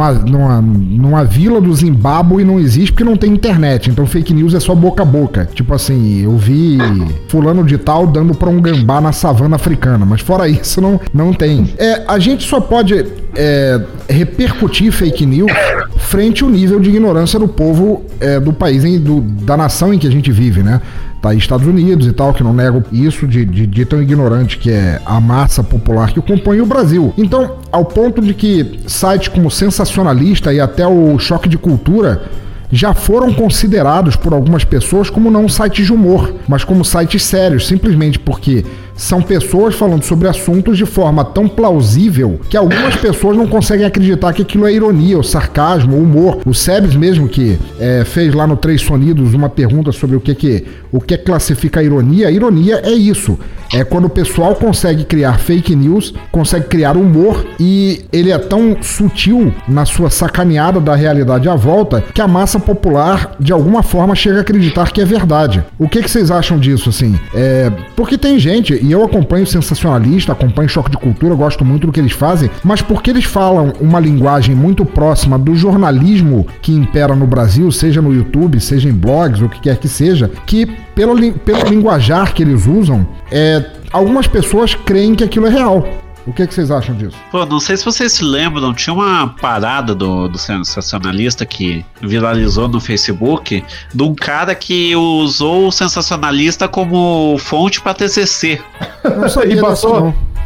numa vila do Zimbábue não existe porque não tem internet. Então fake news é só boca a boca. Tipo assim, eu vi fulano de tal dando pra um gambá na savana africana, mas fora isso não tem. A gente só pode repercutir fake news frente ao nível de ignorância do povo do país, da nação em que a gente vive, né? Tá aí Estados Unidos e tal, que não negam isso de tão ignorante que é a massa popular que compõe o Brasil. Então, ao ponto de que sites como Sensacionalista e até o Choque de Cultura já foram considerados por algumas pessoas como não sites de humor, mas como sites sérios, simplesmente porque são pessoas falando sobre assuntos de forma tão plausível que algumas pessoas não conseguem acreditar que aquilo é ironia, ou sarcasmo, ou humor. O Sebes mesmo, que fez lá no Três Sonidos uma pergunta sobre o que classifica a ironia. A ironia é isso, é quando o pessoal consegue criar fake news, consegue criar humor, e ele é tão sutil na sua sacaneada da realidade à volta que a massa popular de alguma forma chega a acreditar que é verdade. O que vocês acham disso, assim? Porque tem gente, e eu acompanho o Sensacionalista, acompanho o Choque de Cultura, gosto muito do que eles fazem, mas porque eles falam uma linguagem muito próxima do jornalismo que impera no Brasil, seja no YouTube, seja em blogs, ou o que quer que seja, que pelo linguajar que eles usam, algumas pessoas creem que aquilo é real. O que vocês acham disso? Pô, não sei se vocês se lembram, tinha uma parada do Sensacionalista que viralizou no Facebook de um cara que usou o Sensacionalista como fonte pra TCC. Não sabia e passou.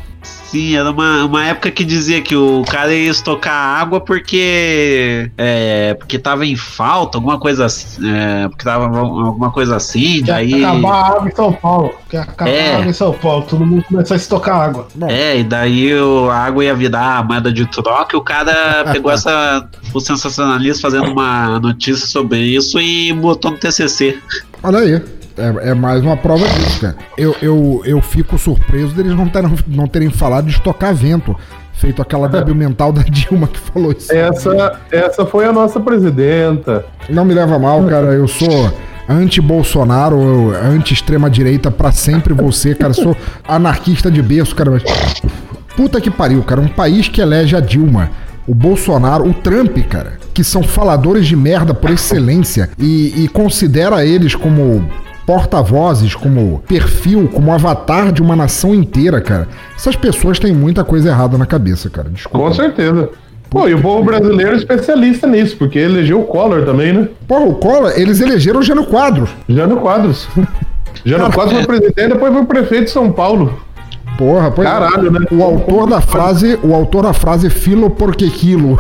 Sim, era uma época que dizia que o cara ia estocar água porque tava em falta, alguma coisa assim, porque tava alguma coisa assim, daí... Acabar a água em São Paulo. Quer acabar a água em São Paulo, todo mundo começou a estocar água. E daí a água ia virar a moeda de troca, e o cara pegou o sensacionalista fazendo uma notícia sobre isso e botou no TCC. Olha aí. É mais uma prova disso, cara. Eu fico surpreso deles não terem falado de estocar vento. Feito aquela débil mental da Dilma que falou isso. Essa foi a nossa presidenta. Não me leva mal, cara. Eu sou anti-Bolsonaro, anti-extrema-direita pra sempre você, cara. Sou anarquista de berço, cara. Mas... puta que pariu, cara. Um país que elege a Dilma, o Bolsonaro, o Trump, cara, que são faladores de merda por excelência e considera eles como porta-vozes, como perfil, como avatar de uma nação inteira, cara. Essas pessoas têm muita coisa errada na cabeça, cara. Desculpa. Com certeza. Pô, e o povo brasileiro é especialista nisso, porque elegeu o Collor também, né? Pô, o Collor, eles elegeram o Jânio Quadros. Jânio Quadros foi presidente e depois foi prefeito de São Paulo. Porra, pois caralho, né? O autor da frase filo porque quilo.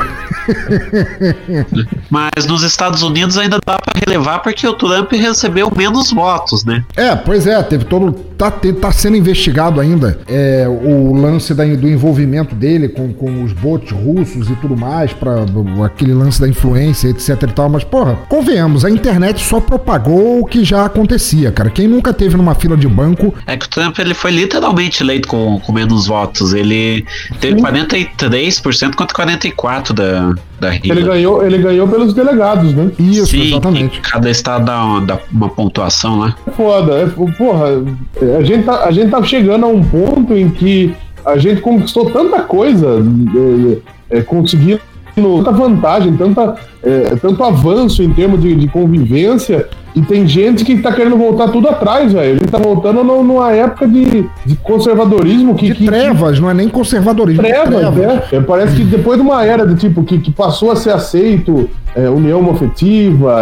Mas nos Estados Unidos ainda dá pra relevar porque o Trump recebeu menos votos, né? Pois é, teve todo... Tá sendo investigado ainda o lance do envolvimento dele com os bots russos e tudo mais, pra aquele lance da influência, etc e tal, mas porra, convenhamos, a internet só propagou o que já acontecia, cara. Quem nunca teve numa fila de banco... É que o Trump, ele foi literalmente eleito com menos votos, ele teve 43% contra 44% da Hillary. Ele ganhou pelos delegados, né? Isso, sim, exatamente. Cada estado dá uma pontuação lá. Foda, porra, a gente tá chegando a um ponto em que a gente conquistou tanta coisa, conseguindo tanta vantagem, tanto avanço em termos de convivência, e tem gente que tá querendo voltar tudo atrás, velho. A gente tá voltando numa época de conservadorismo de trevas, não é nem conservadorismo. Trevas, né? Parece que depois de uma era do tipo que passou a ser aceito união homoafetiva,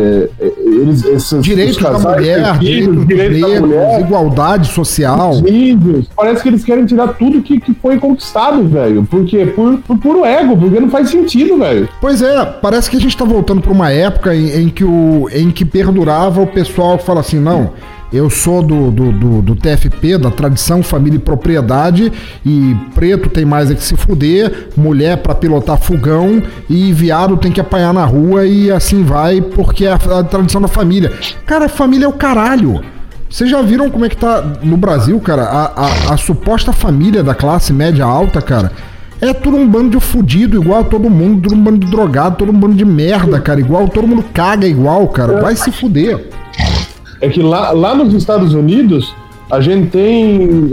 direitos da mulher, direitos da mulher, igualdade social. Parece que eles querem tirar tudo que foi conquistado, velho. Por quê? Por puro ego, porque não faz sentido, velho. Pois é, parece que a gente tá voltando pra uma época em que perdurava o pessoal que fala assim, não, eu sou do TFP, da tradição, família e propriedade, e preto tem mais é que se fuder, mulher pra pilotar fogão e viado tem que apanhar na rua e assim vai, porque é a tradição da família. Cara, a família é o caralho. Vocês já viram como é que tá no Brasil, cara? A suposta família da classe média alta, cara, é tudo um bando de fudido, igual a todo mundo, todo um bando de drogado, todo um bando de merda, cara, igual, todo mundo caga igual, cara, vai se fuder. É que lá nos Estados Unidos, a gente tem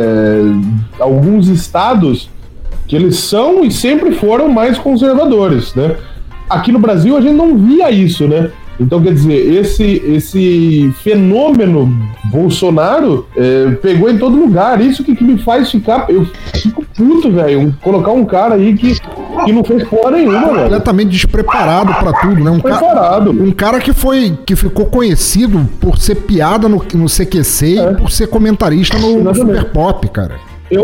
alguns estados que eles são e sempre foram mais conservadores, né? Aqui no Brasil a gente não via isso, né? Então, quer dizer, esse fenômeno Bolsonaro pegou em todo lugar. Isso que me faz ficar... Eu fico puto, velho. Colocar um cara aí que não fez porra nenhuma, velho. Completamente despreparado pra tudo, né? Um cara que ficou conhecido por ser piada no CQC e por ser comentarista no Super Pop, cara. Eu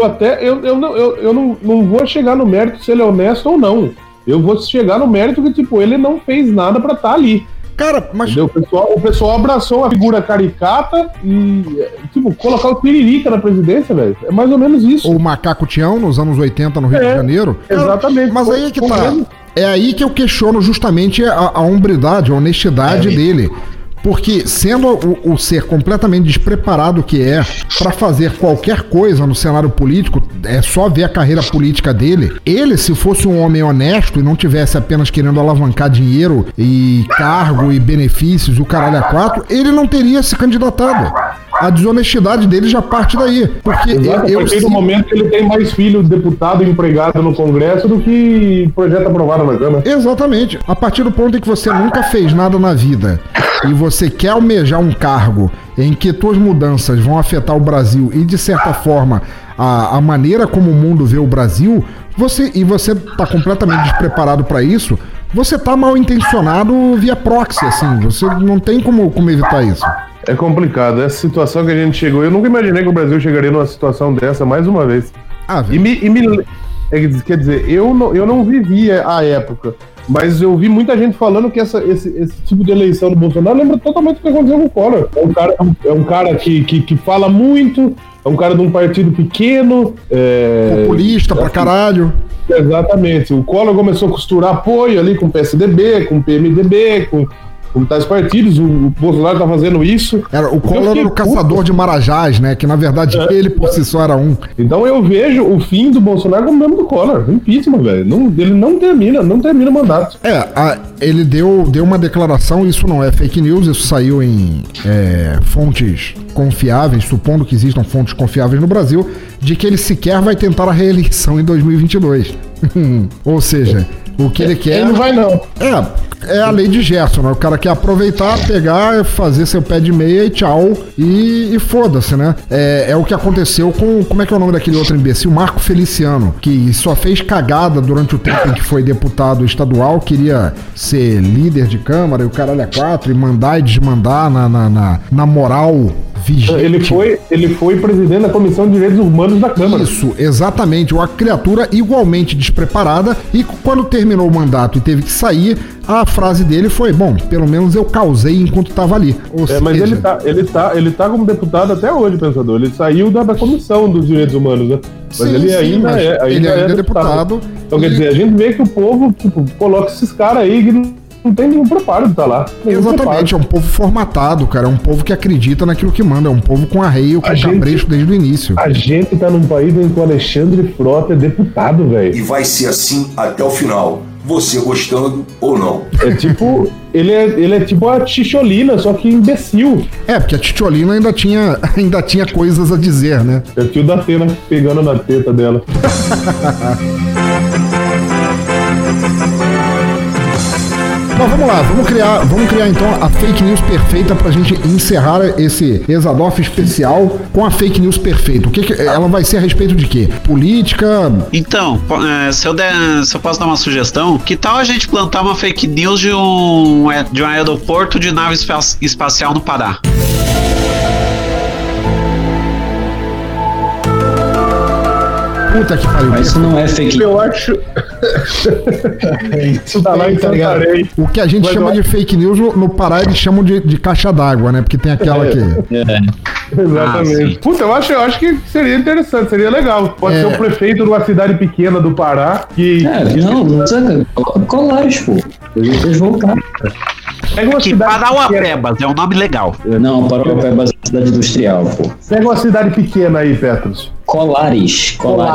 não vou chegar no mérito se ele é honesto ou não. Eu vou chegar no mérito que, tipo, ele não fez nada pra estar ali. Cara, mas... O pessoal abraçou uma figura caricata e, tipo, colocar o Tiririca na presidência, velho. É mais ou menos isso. O Macaco Tião, nos anos 80, no Rio de Janeiro. Exatamente. Mas aí é que tá. É aí que eu questiono justamente a hombridade, a honestidade dele. Porque, sendo o ser completamente despreparado que é pra fazer qualquer coisa no cenário político, é só ver a carreira política dele. Ele, se fosse um homem honesto e não tivesse apenas querendo alavancar dinheiro e cargo e benefícios, o caralho a quatro, ele não teria se candidatado. A desonestidade dele já parte daí. Porque no momento ele tem mais filho deputado empregado no Congresso do que projeto aprovado na Câmara. Exatamente. A partir do ponto em que você nunca fez nada na vida e você quer almejar um cargo em que tuas mudanças vão afetar o Brasil e, de certa forma, a maneira como o mundo vê o Brasil, você tá completamente despreparado para isso, você tá mal intencionado via proxy, assim, você não tem como evitar isso. É complicado, essa situação que a gente chegou, eu nunca imaginei que o Brasil chegaria numa situação dessa mais uma vez. Quer dizer, eu não vivia a época, mas eu vi muita gente falando que esse tipo de eleição do Bolsonaro lembra totalmente o que aconteceu com o Collor. É um cara que fala muito, é um cara de um partido pequeno. Populista pra caralho. Exatamente. O Collor começou a costurar apoio ali com o PSDB, com o PMDB, com tais partidos. O Bolsonaro tá fazendo isso. O Collor era o caçador de marajás, né? Que na verdade ele por si só era um. Então eu vejo o fim do Bolsonaro como o mesmo do Collor. Impeachment, velho. Ele não termina o mandato. Ele deu uma declaração, isso não é fake news, isso saiu em fontes confiáveis, supondo que existam fontes confiáveis no Brasil, de que ele sequer vai tentar a reeleição em 2022. Ou seja, o que ele quer... Ele não vai, não. É a lei de Gerson, né? O cara quer aproveitar, pegar, fazer seu pé de meia e tchau, e foda-se, né? É o que aconteceu com... Como é que é o nome daquele outro imbecil? Marco Feliciano, que só fez cagada durante o tempo em que foi deputado estadual, queria ser líder de Câmara e o caralho é 4, e mandar e desmandar na moral vigente. Ele foi presidente da Comissão de Direitos Humanos da Câmara. Isso, exatamente. Uma criatura igualmente despreparada, e quando terminou o mandato e teve que sair, a frase dele foi: bom, pelo menos eu causei enquanto estava ali. Mas ele tá como deputado até hoje, pensador. Ele saiu da Comissão dos Direitos Humanos, né? Mas ele ainda é deputado. Então, quer dizer, a gente vê que o povo coloca esses caras aí que não tem nenhum preparo de estar lá. Exatamente, é um povo formatado, cara. É um povo que acredita naquilo que manda. É um povo com arreio, com cabresto desde o início. A gente tá num país em que o Alexandre Frota é deputado, velho. E vai ser assim até o final. Você gostando ou não. É tipo... Ele é tipo a Tcholina, só que imbecil. Porque a Tcholina ainda tinha coisas a dizer, né? É o tio da Atena pegando na teta dela. Mas vamos lá, vamos criar então a fake news perfeita pra gente encerrar esse Exadoff especial com a fake news perfeita. Ela vai ser a respeito de quê? Política? Então, se eu posso dar uma sugestão, que tal a gente plantar uma fake news de um aeroporto de nave espacial no Pará? Puta que pariu. Mas isso não é fake news. Eu acho... Isso tá lá em Santarém. O que a gente chama de fake news, no Pará eles chamam de caixa d'água, né? Porque tem aquela que... Exatamente. Puta, eu acho que seria interessante, seria legal. Pode ser o prefeito de uma cidade pequena do Pará que... não saca. Colares, pô. Eles voltaram. Parauapebas é um nome legal. Não, Parauapebas é uma cidade industrial, pô. Pega uma cidade pequena aí, Petros. Colares.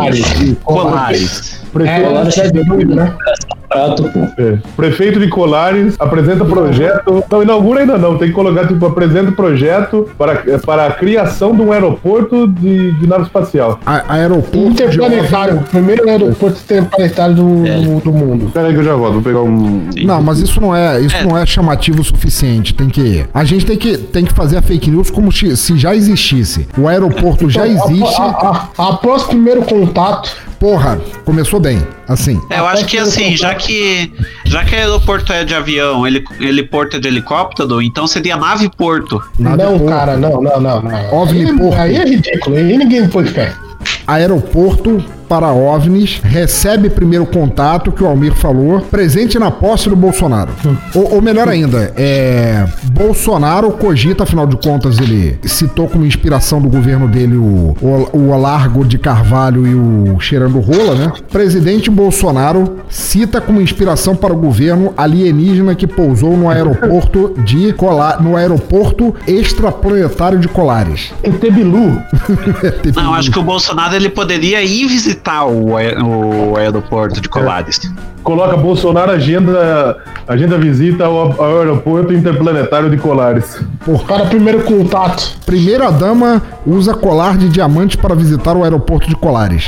Colares é doido, né? Prefeito de Colares apresenta projeto. Não inaugura ainda não. Tem que colocar apresenta projeto para a criação de um aeroporto de nave espacial. Aeroporto interplanetário. O primeiro aeroporto interplanetário do mundo. Pera aí que eu já volto. Vou pegar um. Não, mas isso não é chamativo o suficiente. A gente tem que fazer a fake news como se já existisse. O aeroporto já existe. Após o primeiro contato. Porra, começou bem, assim. Eu acho que assim, já que aeroporto é de avião, ele porta de helicóptero, então seria nave-porto. Cara, não. OVNI-porto. Aí é ridículo, aí ninguém pôs fé. Aeroporto para OVNIs, recebe primeiro contato, que o Almir falou, presente na posse do Bolsonaro. Ou melhor ainda, Bolsonaro cogita, afinal de contas, ele citou como inspiração do governo dele o Largo de Carvalho e o Cheirando Rola, né? Presidente Bolsonaro cita como inspiração para o governo alienígena que pousou no aeroporto no aeroporto extraplanetário de Colares. Etebilu. Não, acho que o Bolsonaro ele poderia ir visitar o aeroporto de Colares. Coloca Bolsonaro agenda visita ao aeroporto interplanetário de Colares. Para primeiro contato. Primeira dama usa colar de diamante para visitar o aeroporto de Colares.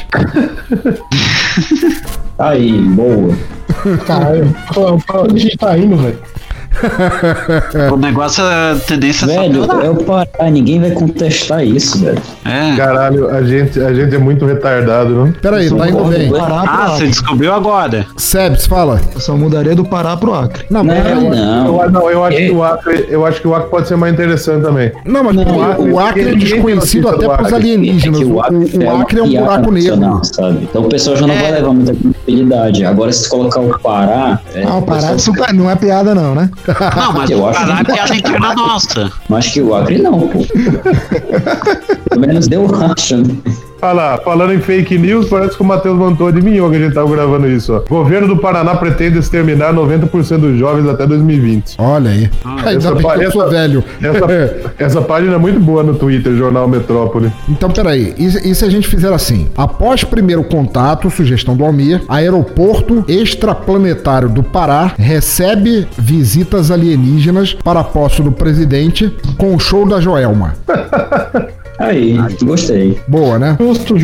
Aí, boa. Caralho, pra onde a gente tá indo, velho? O negócio, a tendência velho, é o Pará, ninguém vai contestar isso, velho. Caralho, a gente é muito retardado, não? Peraí, tá indo bem. Você descobriu agora. Sebs, fala. Eu só mudaria do Pará pro Acre. Não, eu acho que o Acre pode ser mais interessante também. Não, mas o Acre é desconhecido até pros alienígenas. O Acre é um buraco negro. Sabe? Então o pessoal já não vai levar muita credibilidade. Agora, se colocar o Pará... o Pará não é piada não, né? Não, mas o Pará é piada interna nossa. Mas que o Acre não, pô. Pelo menos deu racha, né? Olha lá, falando em fake news, parece que o Matheus Mantou adivinhou que a gente tava gravando isso, ó. Governo do Paraná pretende exterminar 90% dos jovens até 2020. Olha aí. Ainda bem que eu sou velho. Essa página é muito boa no Twitter, Jornal Metrópole. Então, peraí. E se a gente fizer assim? Após primeiro contato, sugestão do Almir, aeroporto extraplanetário do Pará recebe visitas alienígenas para a posse do presidente com o show da Joelma. Aí, gostei. Boa, né?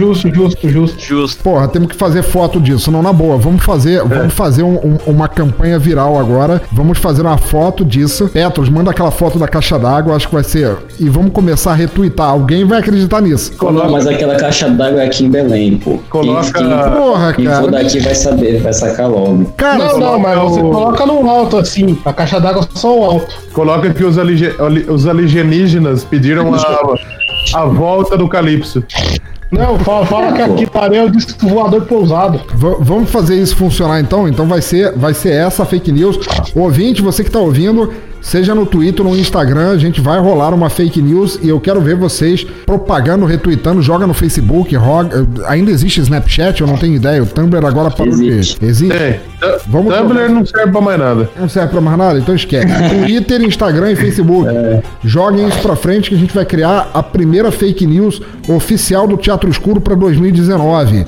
Justo. Porra, temos que fazer foto disso. Não, na boa. Vamos fazer uma campanha viral agora. Vamos fazer uma foto disso. Petros, manda aquela foto da caixa d'água. Acho que vai ser... E vamos começar a retweetar. Alguém vai acreditar nisso. Não, mas aquela caixa d'água é aqui em Belém, pô. Quem for daqui vai saber, vai sacar logo. Cara, não, mas você coloca no alto, assim. A caixa d'água só o alto. Coloca que os alienígenas pediram a volta do Calypso. Não, fala que aqui parei o disco voador pousado. Vamos fazer isso funcionar então? Então vai ser essa fake news. Ouvinte, você que tá ouvindo, seja no Twitter ou no Instagram, a gente vai rolar uma fake news e eu quero ver vocês propagando, retweetando, joga no Facebook, ainda existe Snapchat, eu não tenho ideia, o Tumblr agora parou de... Existe? Tumblr não serve pra mais nada. Não serve pra mais nada? Então esquece. Twitter, Instagram e Facebook. Joguem isso pra frente que a gente vai criar a primeira fake news oficial do Teatro Escuro pra 2019.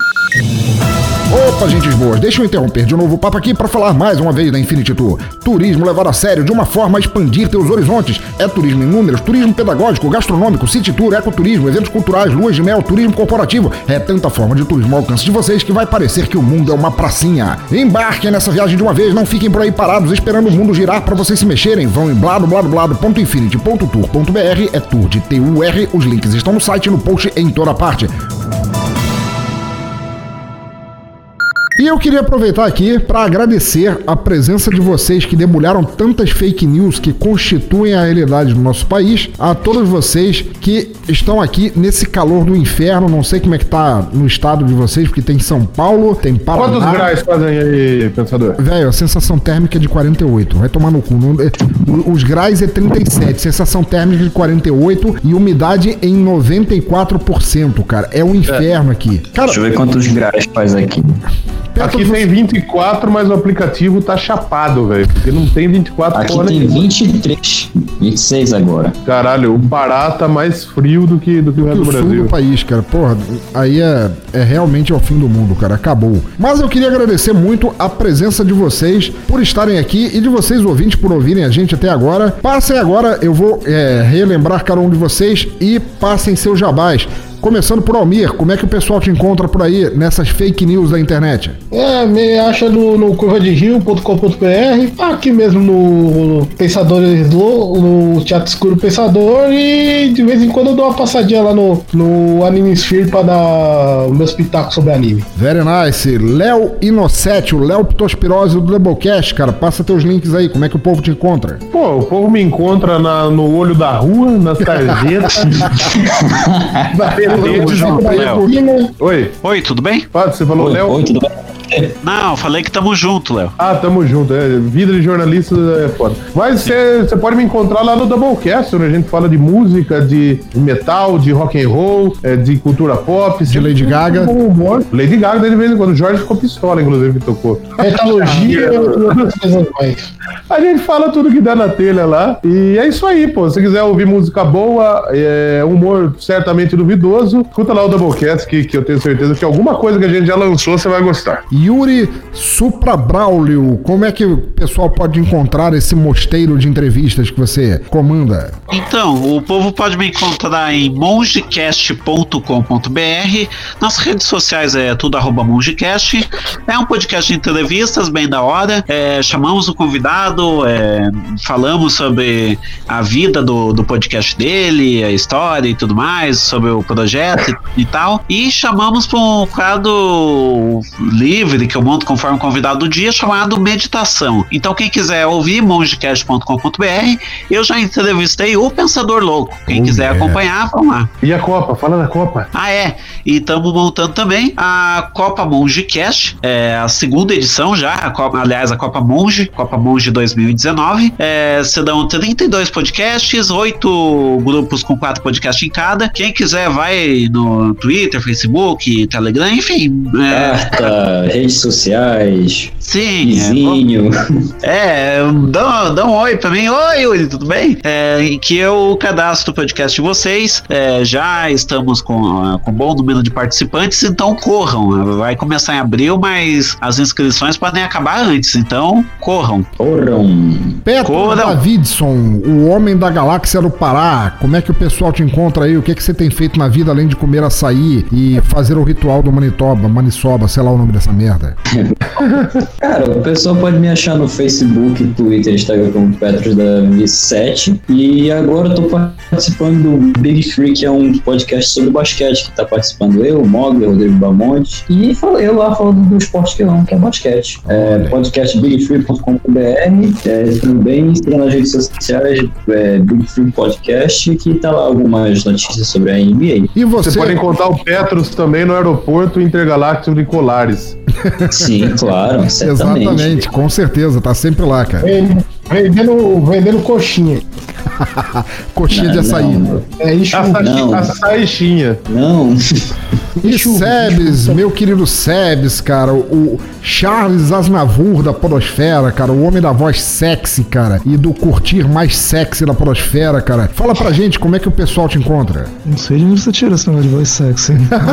Opa, gentes boas, deixa eu interromper de novo o papo aqui para falar mais uma vez da Infinity Tour. Turismo levado a sério de uma forma a expandir teus horizontes. É turismo em números, turismo pedagógico, gastronômico, city tour, ecoturismo, eventos culturais, luas de mel, turismo corporativo. É tanta forma de turismo ao alcance de vocês que vai parecer que o mundo é uma pracinha. Embarquem nessa viagem de uma vez, não fiquem por aí parados esperando o mundo girar para vocês se mexerem. Vão em bladobladoblado.infinity.tour.br, é tour de TUR, os links estão no site e no post em toda parte. E eu queria aproveitar aqui para agradecer a presença de vocês que debulharam tantas fake news que constituem a realidade do nosso país, a todos vocês que estão aqui nesse calor do inferno. Não sei como é que tá no estado de vocês, porque tem São Paulo, tem Paraná. Quantos graus fazem aí, pensador? Velho, a sensação térmica é de 48, vai tomar no cu. Os graus é 37, sensação térmica de 48 e umidade em 94%, cara. É um inferno aqui. Cara, deixa eu ver quantos graus faz aqui. Aqui tem 24, mas o aplicativo tá chapado, velho. Porque não tem 24. Aqui tem 23, 26 agora. Caralho, o Pará tá mais frio do que o resto do Brasil. Sul do país, cara. Porra, aí é realmente o fim do mundo, cara. Acabou. Mas eu queria agradecer muito a presença de vocês por estarem aqui e de vocês, ouvintes, por ouvirem a gente até agora. Passem agora, eu vou relembrar cada um de vocês e passem seus jabás. Começando por Almir, como é que o pessoal te encontra por aí nessas fake news da internet? Me acha no curvaderio.com.br, aqui mesmo no Pensadores, no Teatro Escuro Pensador, e de vez em quando eu dou uma passadinha lá no Anime Sphere pra dar o meu espetáculo sobre anime. Very nice. Léo Inocete, o Léo Pitospirose do Doublecast, cara, passa teus links aí, como é que o povo te encontra? Pô, o povo me encontra no olho da rua, nas tarjetas. Oi, tudo bem? Você falou, Léo? Oi, tudo bem? Não, falei que tamo junto, Léo. Tamo junto. Vida de jornalista é foda. Mas você pode me encontrar lá no Doublecast, onde a gente fala de música, de metal, de rock and roll, de cultura pop. De Lady Gaga. Lady Gaga, de vez em quando. O Jorge ficou pistola, inclusive, que tocou. Metalurgia e outras coisas mais. A gente fala tudo que dá na telha lá. E é isso aí, pô. Se quiser ouvir música boa, humor certamente duvidoso, escuta lá o Doublecast, que eu tenho certeza que alguma coisa que a gente já lançou você vai gostar. Yuri Suprabraulio, como é que o pessoal pode encontrar esse mosteiro de entrevistas que você comanda? Então, o povo pode me encontrar em mongecast.com.br. Nas redes sociais é tudo @mongecast. É um podcast de entrevistas bem da hora. Chamamos o convidado, falamos sobre a vida do podcast dele, a história e tudo mais, sobre o projeto e tal. E chamamos para um quadro livre que eu monto conforme o convidado do dia, chamado Meditação. Então, quem quiser ouvir, mongecast.com.br. Eu já entrevistei o Pensador Louco. Quem quiser acompanhar, vamos lá. E a Copa? Fala da Copa. E estamos montando também a Copa Mongecast, a segunda edição já, a Copa Monge 2019. Serão 32 podcasts, 8 grupos com 4 podcasts em cada. Quem quiser vai no Twitter, Facebook, Telegram, enfim. Redes sociais. Sim. Vizinho. Dá um oi pra mim. Oi, Yuri, tudo bem? Que eu cadastro o podcast de vocês. Já estamos com um bom número de participantes, então corram. Vai começar em abril, mas as inscrições podem acabar antes, então corram. Petro Davidson, o homem da galáxia do Pará, como é que o pessoal te encontra aí? O que você tem feito na vida além de comer açaí e fazer o ritual do maniçoba, sei lá o nome dessa merda? Cara, o pessoal pode me achar no Facebook, Twitter, Instagram como Petros Davi 7. E agora eu tô participando do Big Free, que é um podcast sobre basquete, que tá participando eu, o Mogli, o Rodrigo Bamonte. E eu lá falando do esporte que eu amo, que é basquete. Podcast bigfree.com.br. Também está nas redes sociais, Big Free Podcast, que tá lá algumas notícias sobre a NBA. E você pode encontrar o Petros também no aeroporto intergaláctico de Colares. Sim, claro, certamente. Exatamente, com certeza, tá sempre lá, cara. Vendendo coxinha. Coxinha de açaí. Açaixinha. Não. E Sebes, meu querido Sebes, cara, o Charles Aznavour da podosfera, cara, o homem da voz sexy, cara, e do curtir mais sexy da podosfera, cara. Fala pra gente como é que o pessoal te encontra. Não sei de onde você tira esse negócio de voz sexy.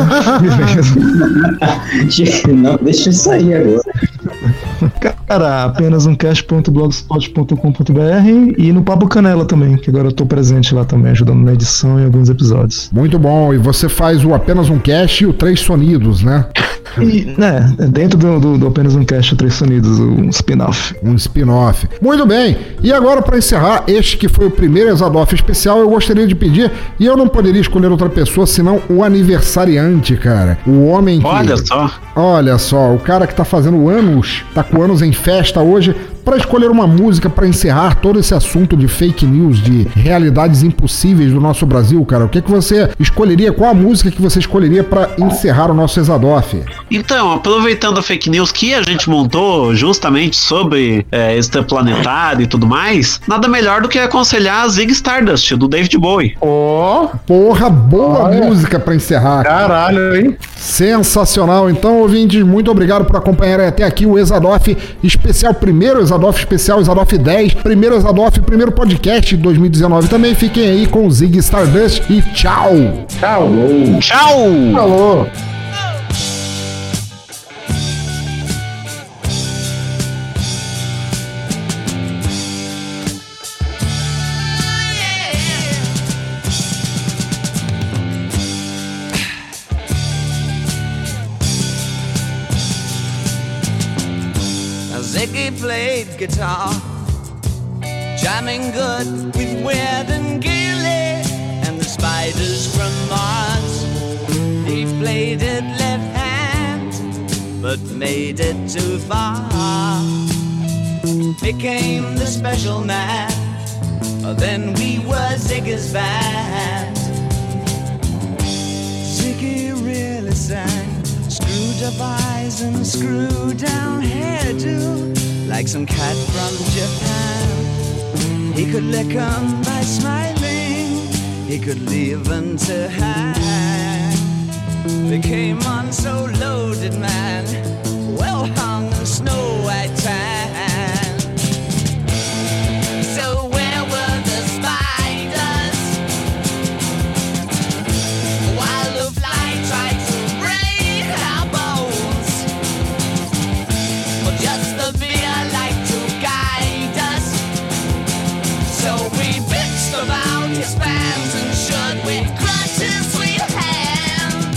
Não, deixa isso aí agora. Cara, apenas um cast.blogspot.com.br e no Papo Canela também, que agora eu tô presente lá também, ajudando na edição em alguns episódios. Muito bom, e você faz o Apenas um Cast e o 3 Sonidos, né? Dentro do Apenas um Cast, o 3 Sonidos, um spin-off. Um spin-off. Muito bem, e agora para encerrar, este que foi o primeiro Exadoff especial, eu gostaria de pedir, e eu não poderia escolher outra pessoa senão o aniversariante, cara. O homem que... Olha só, o cara que tá fazendo anos, tá com anos em festa hoje, para escolher uma música para encerrar todo esse assunto de fake news, de realidades impossíveis do nosso Brasil, cara. O que você escolheria? Qual a música que você escolheria para encerrar o nosso Exadoff? Então, aproveitando a fake news que a gente montou justamente sobre extraplanetário e tudo mais, nada melhor do que aconselhar a Zig Stardust, do David Bowie. Porra, boa música para encerrar. Caralho, hein? Sensacional. Então, ouvintes, muito obrigado por acompanharem até aqui o Exadoff especial, primeiro Exadoff especial, Exadoff 10, primeiro Exadoff, primeiro podcast de 2019 também. Fiquem aí com o Zig Stardust e tchau! Tchau! Tchau! Falou! Ziggy played guitar, jamming good with Weird and Gilly and the Spiders from Mars. He played it left hand, but made it too far. Became the special man, then we were Ziggy's band. Ziggy really sang, screwed up eyes and screwed down hairdo, like some cat from Japan. He could lick 'em by smiling, he could leave 'em to hang. They came on so loaded, man, well hung in snow white tan. So where were the spiders while the fly tried to break our bones? his bands, and should we crush his sweet hands?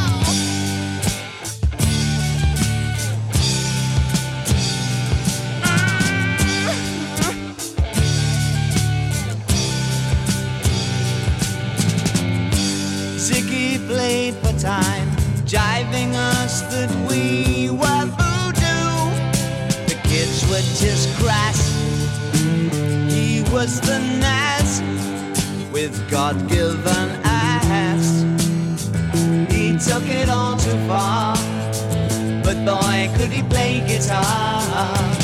Ziggy played for time, jiving us that we were voodoo. The kids were just crass, he was the Nas with God-given ass. He took it all too far, but boy could he play guitar.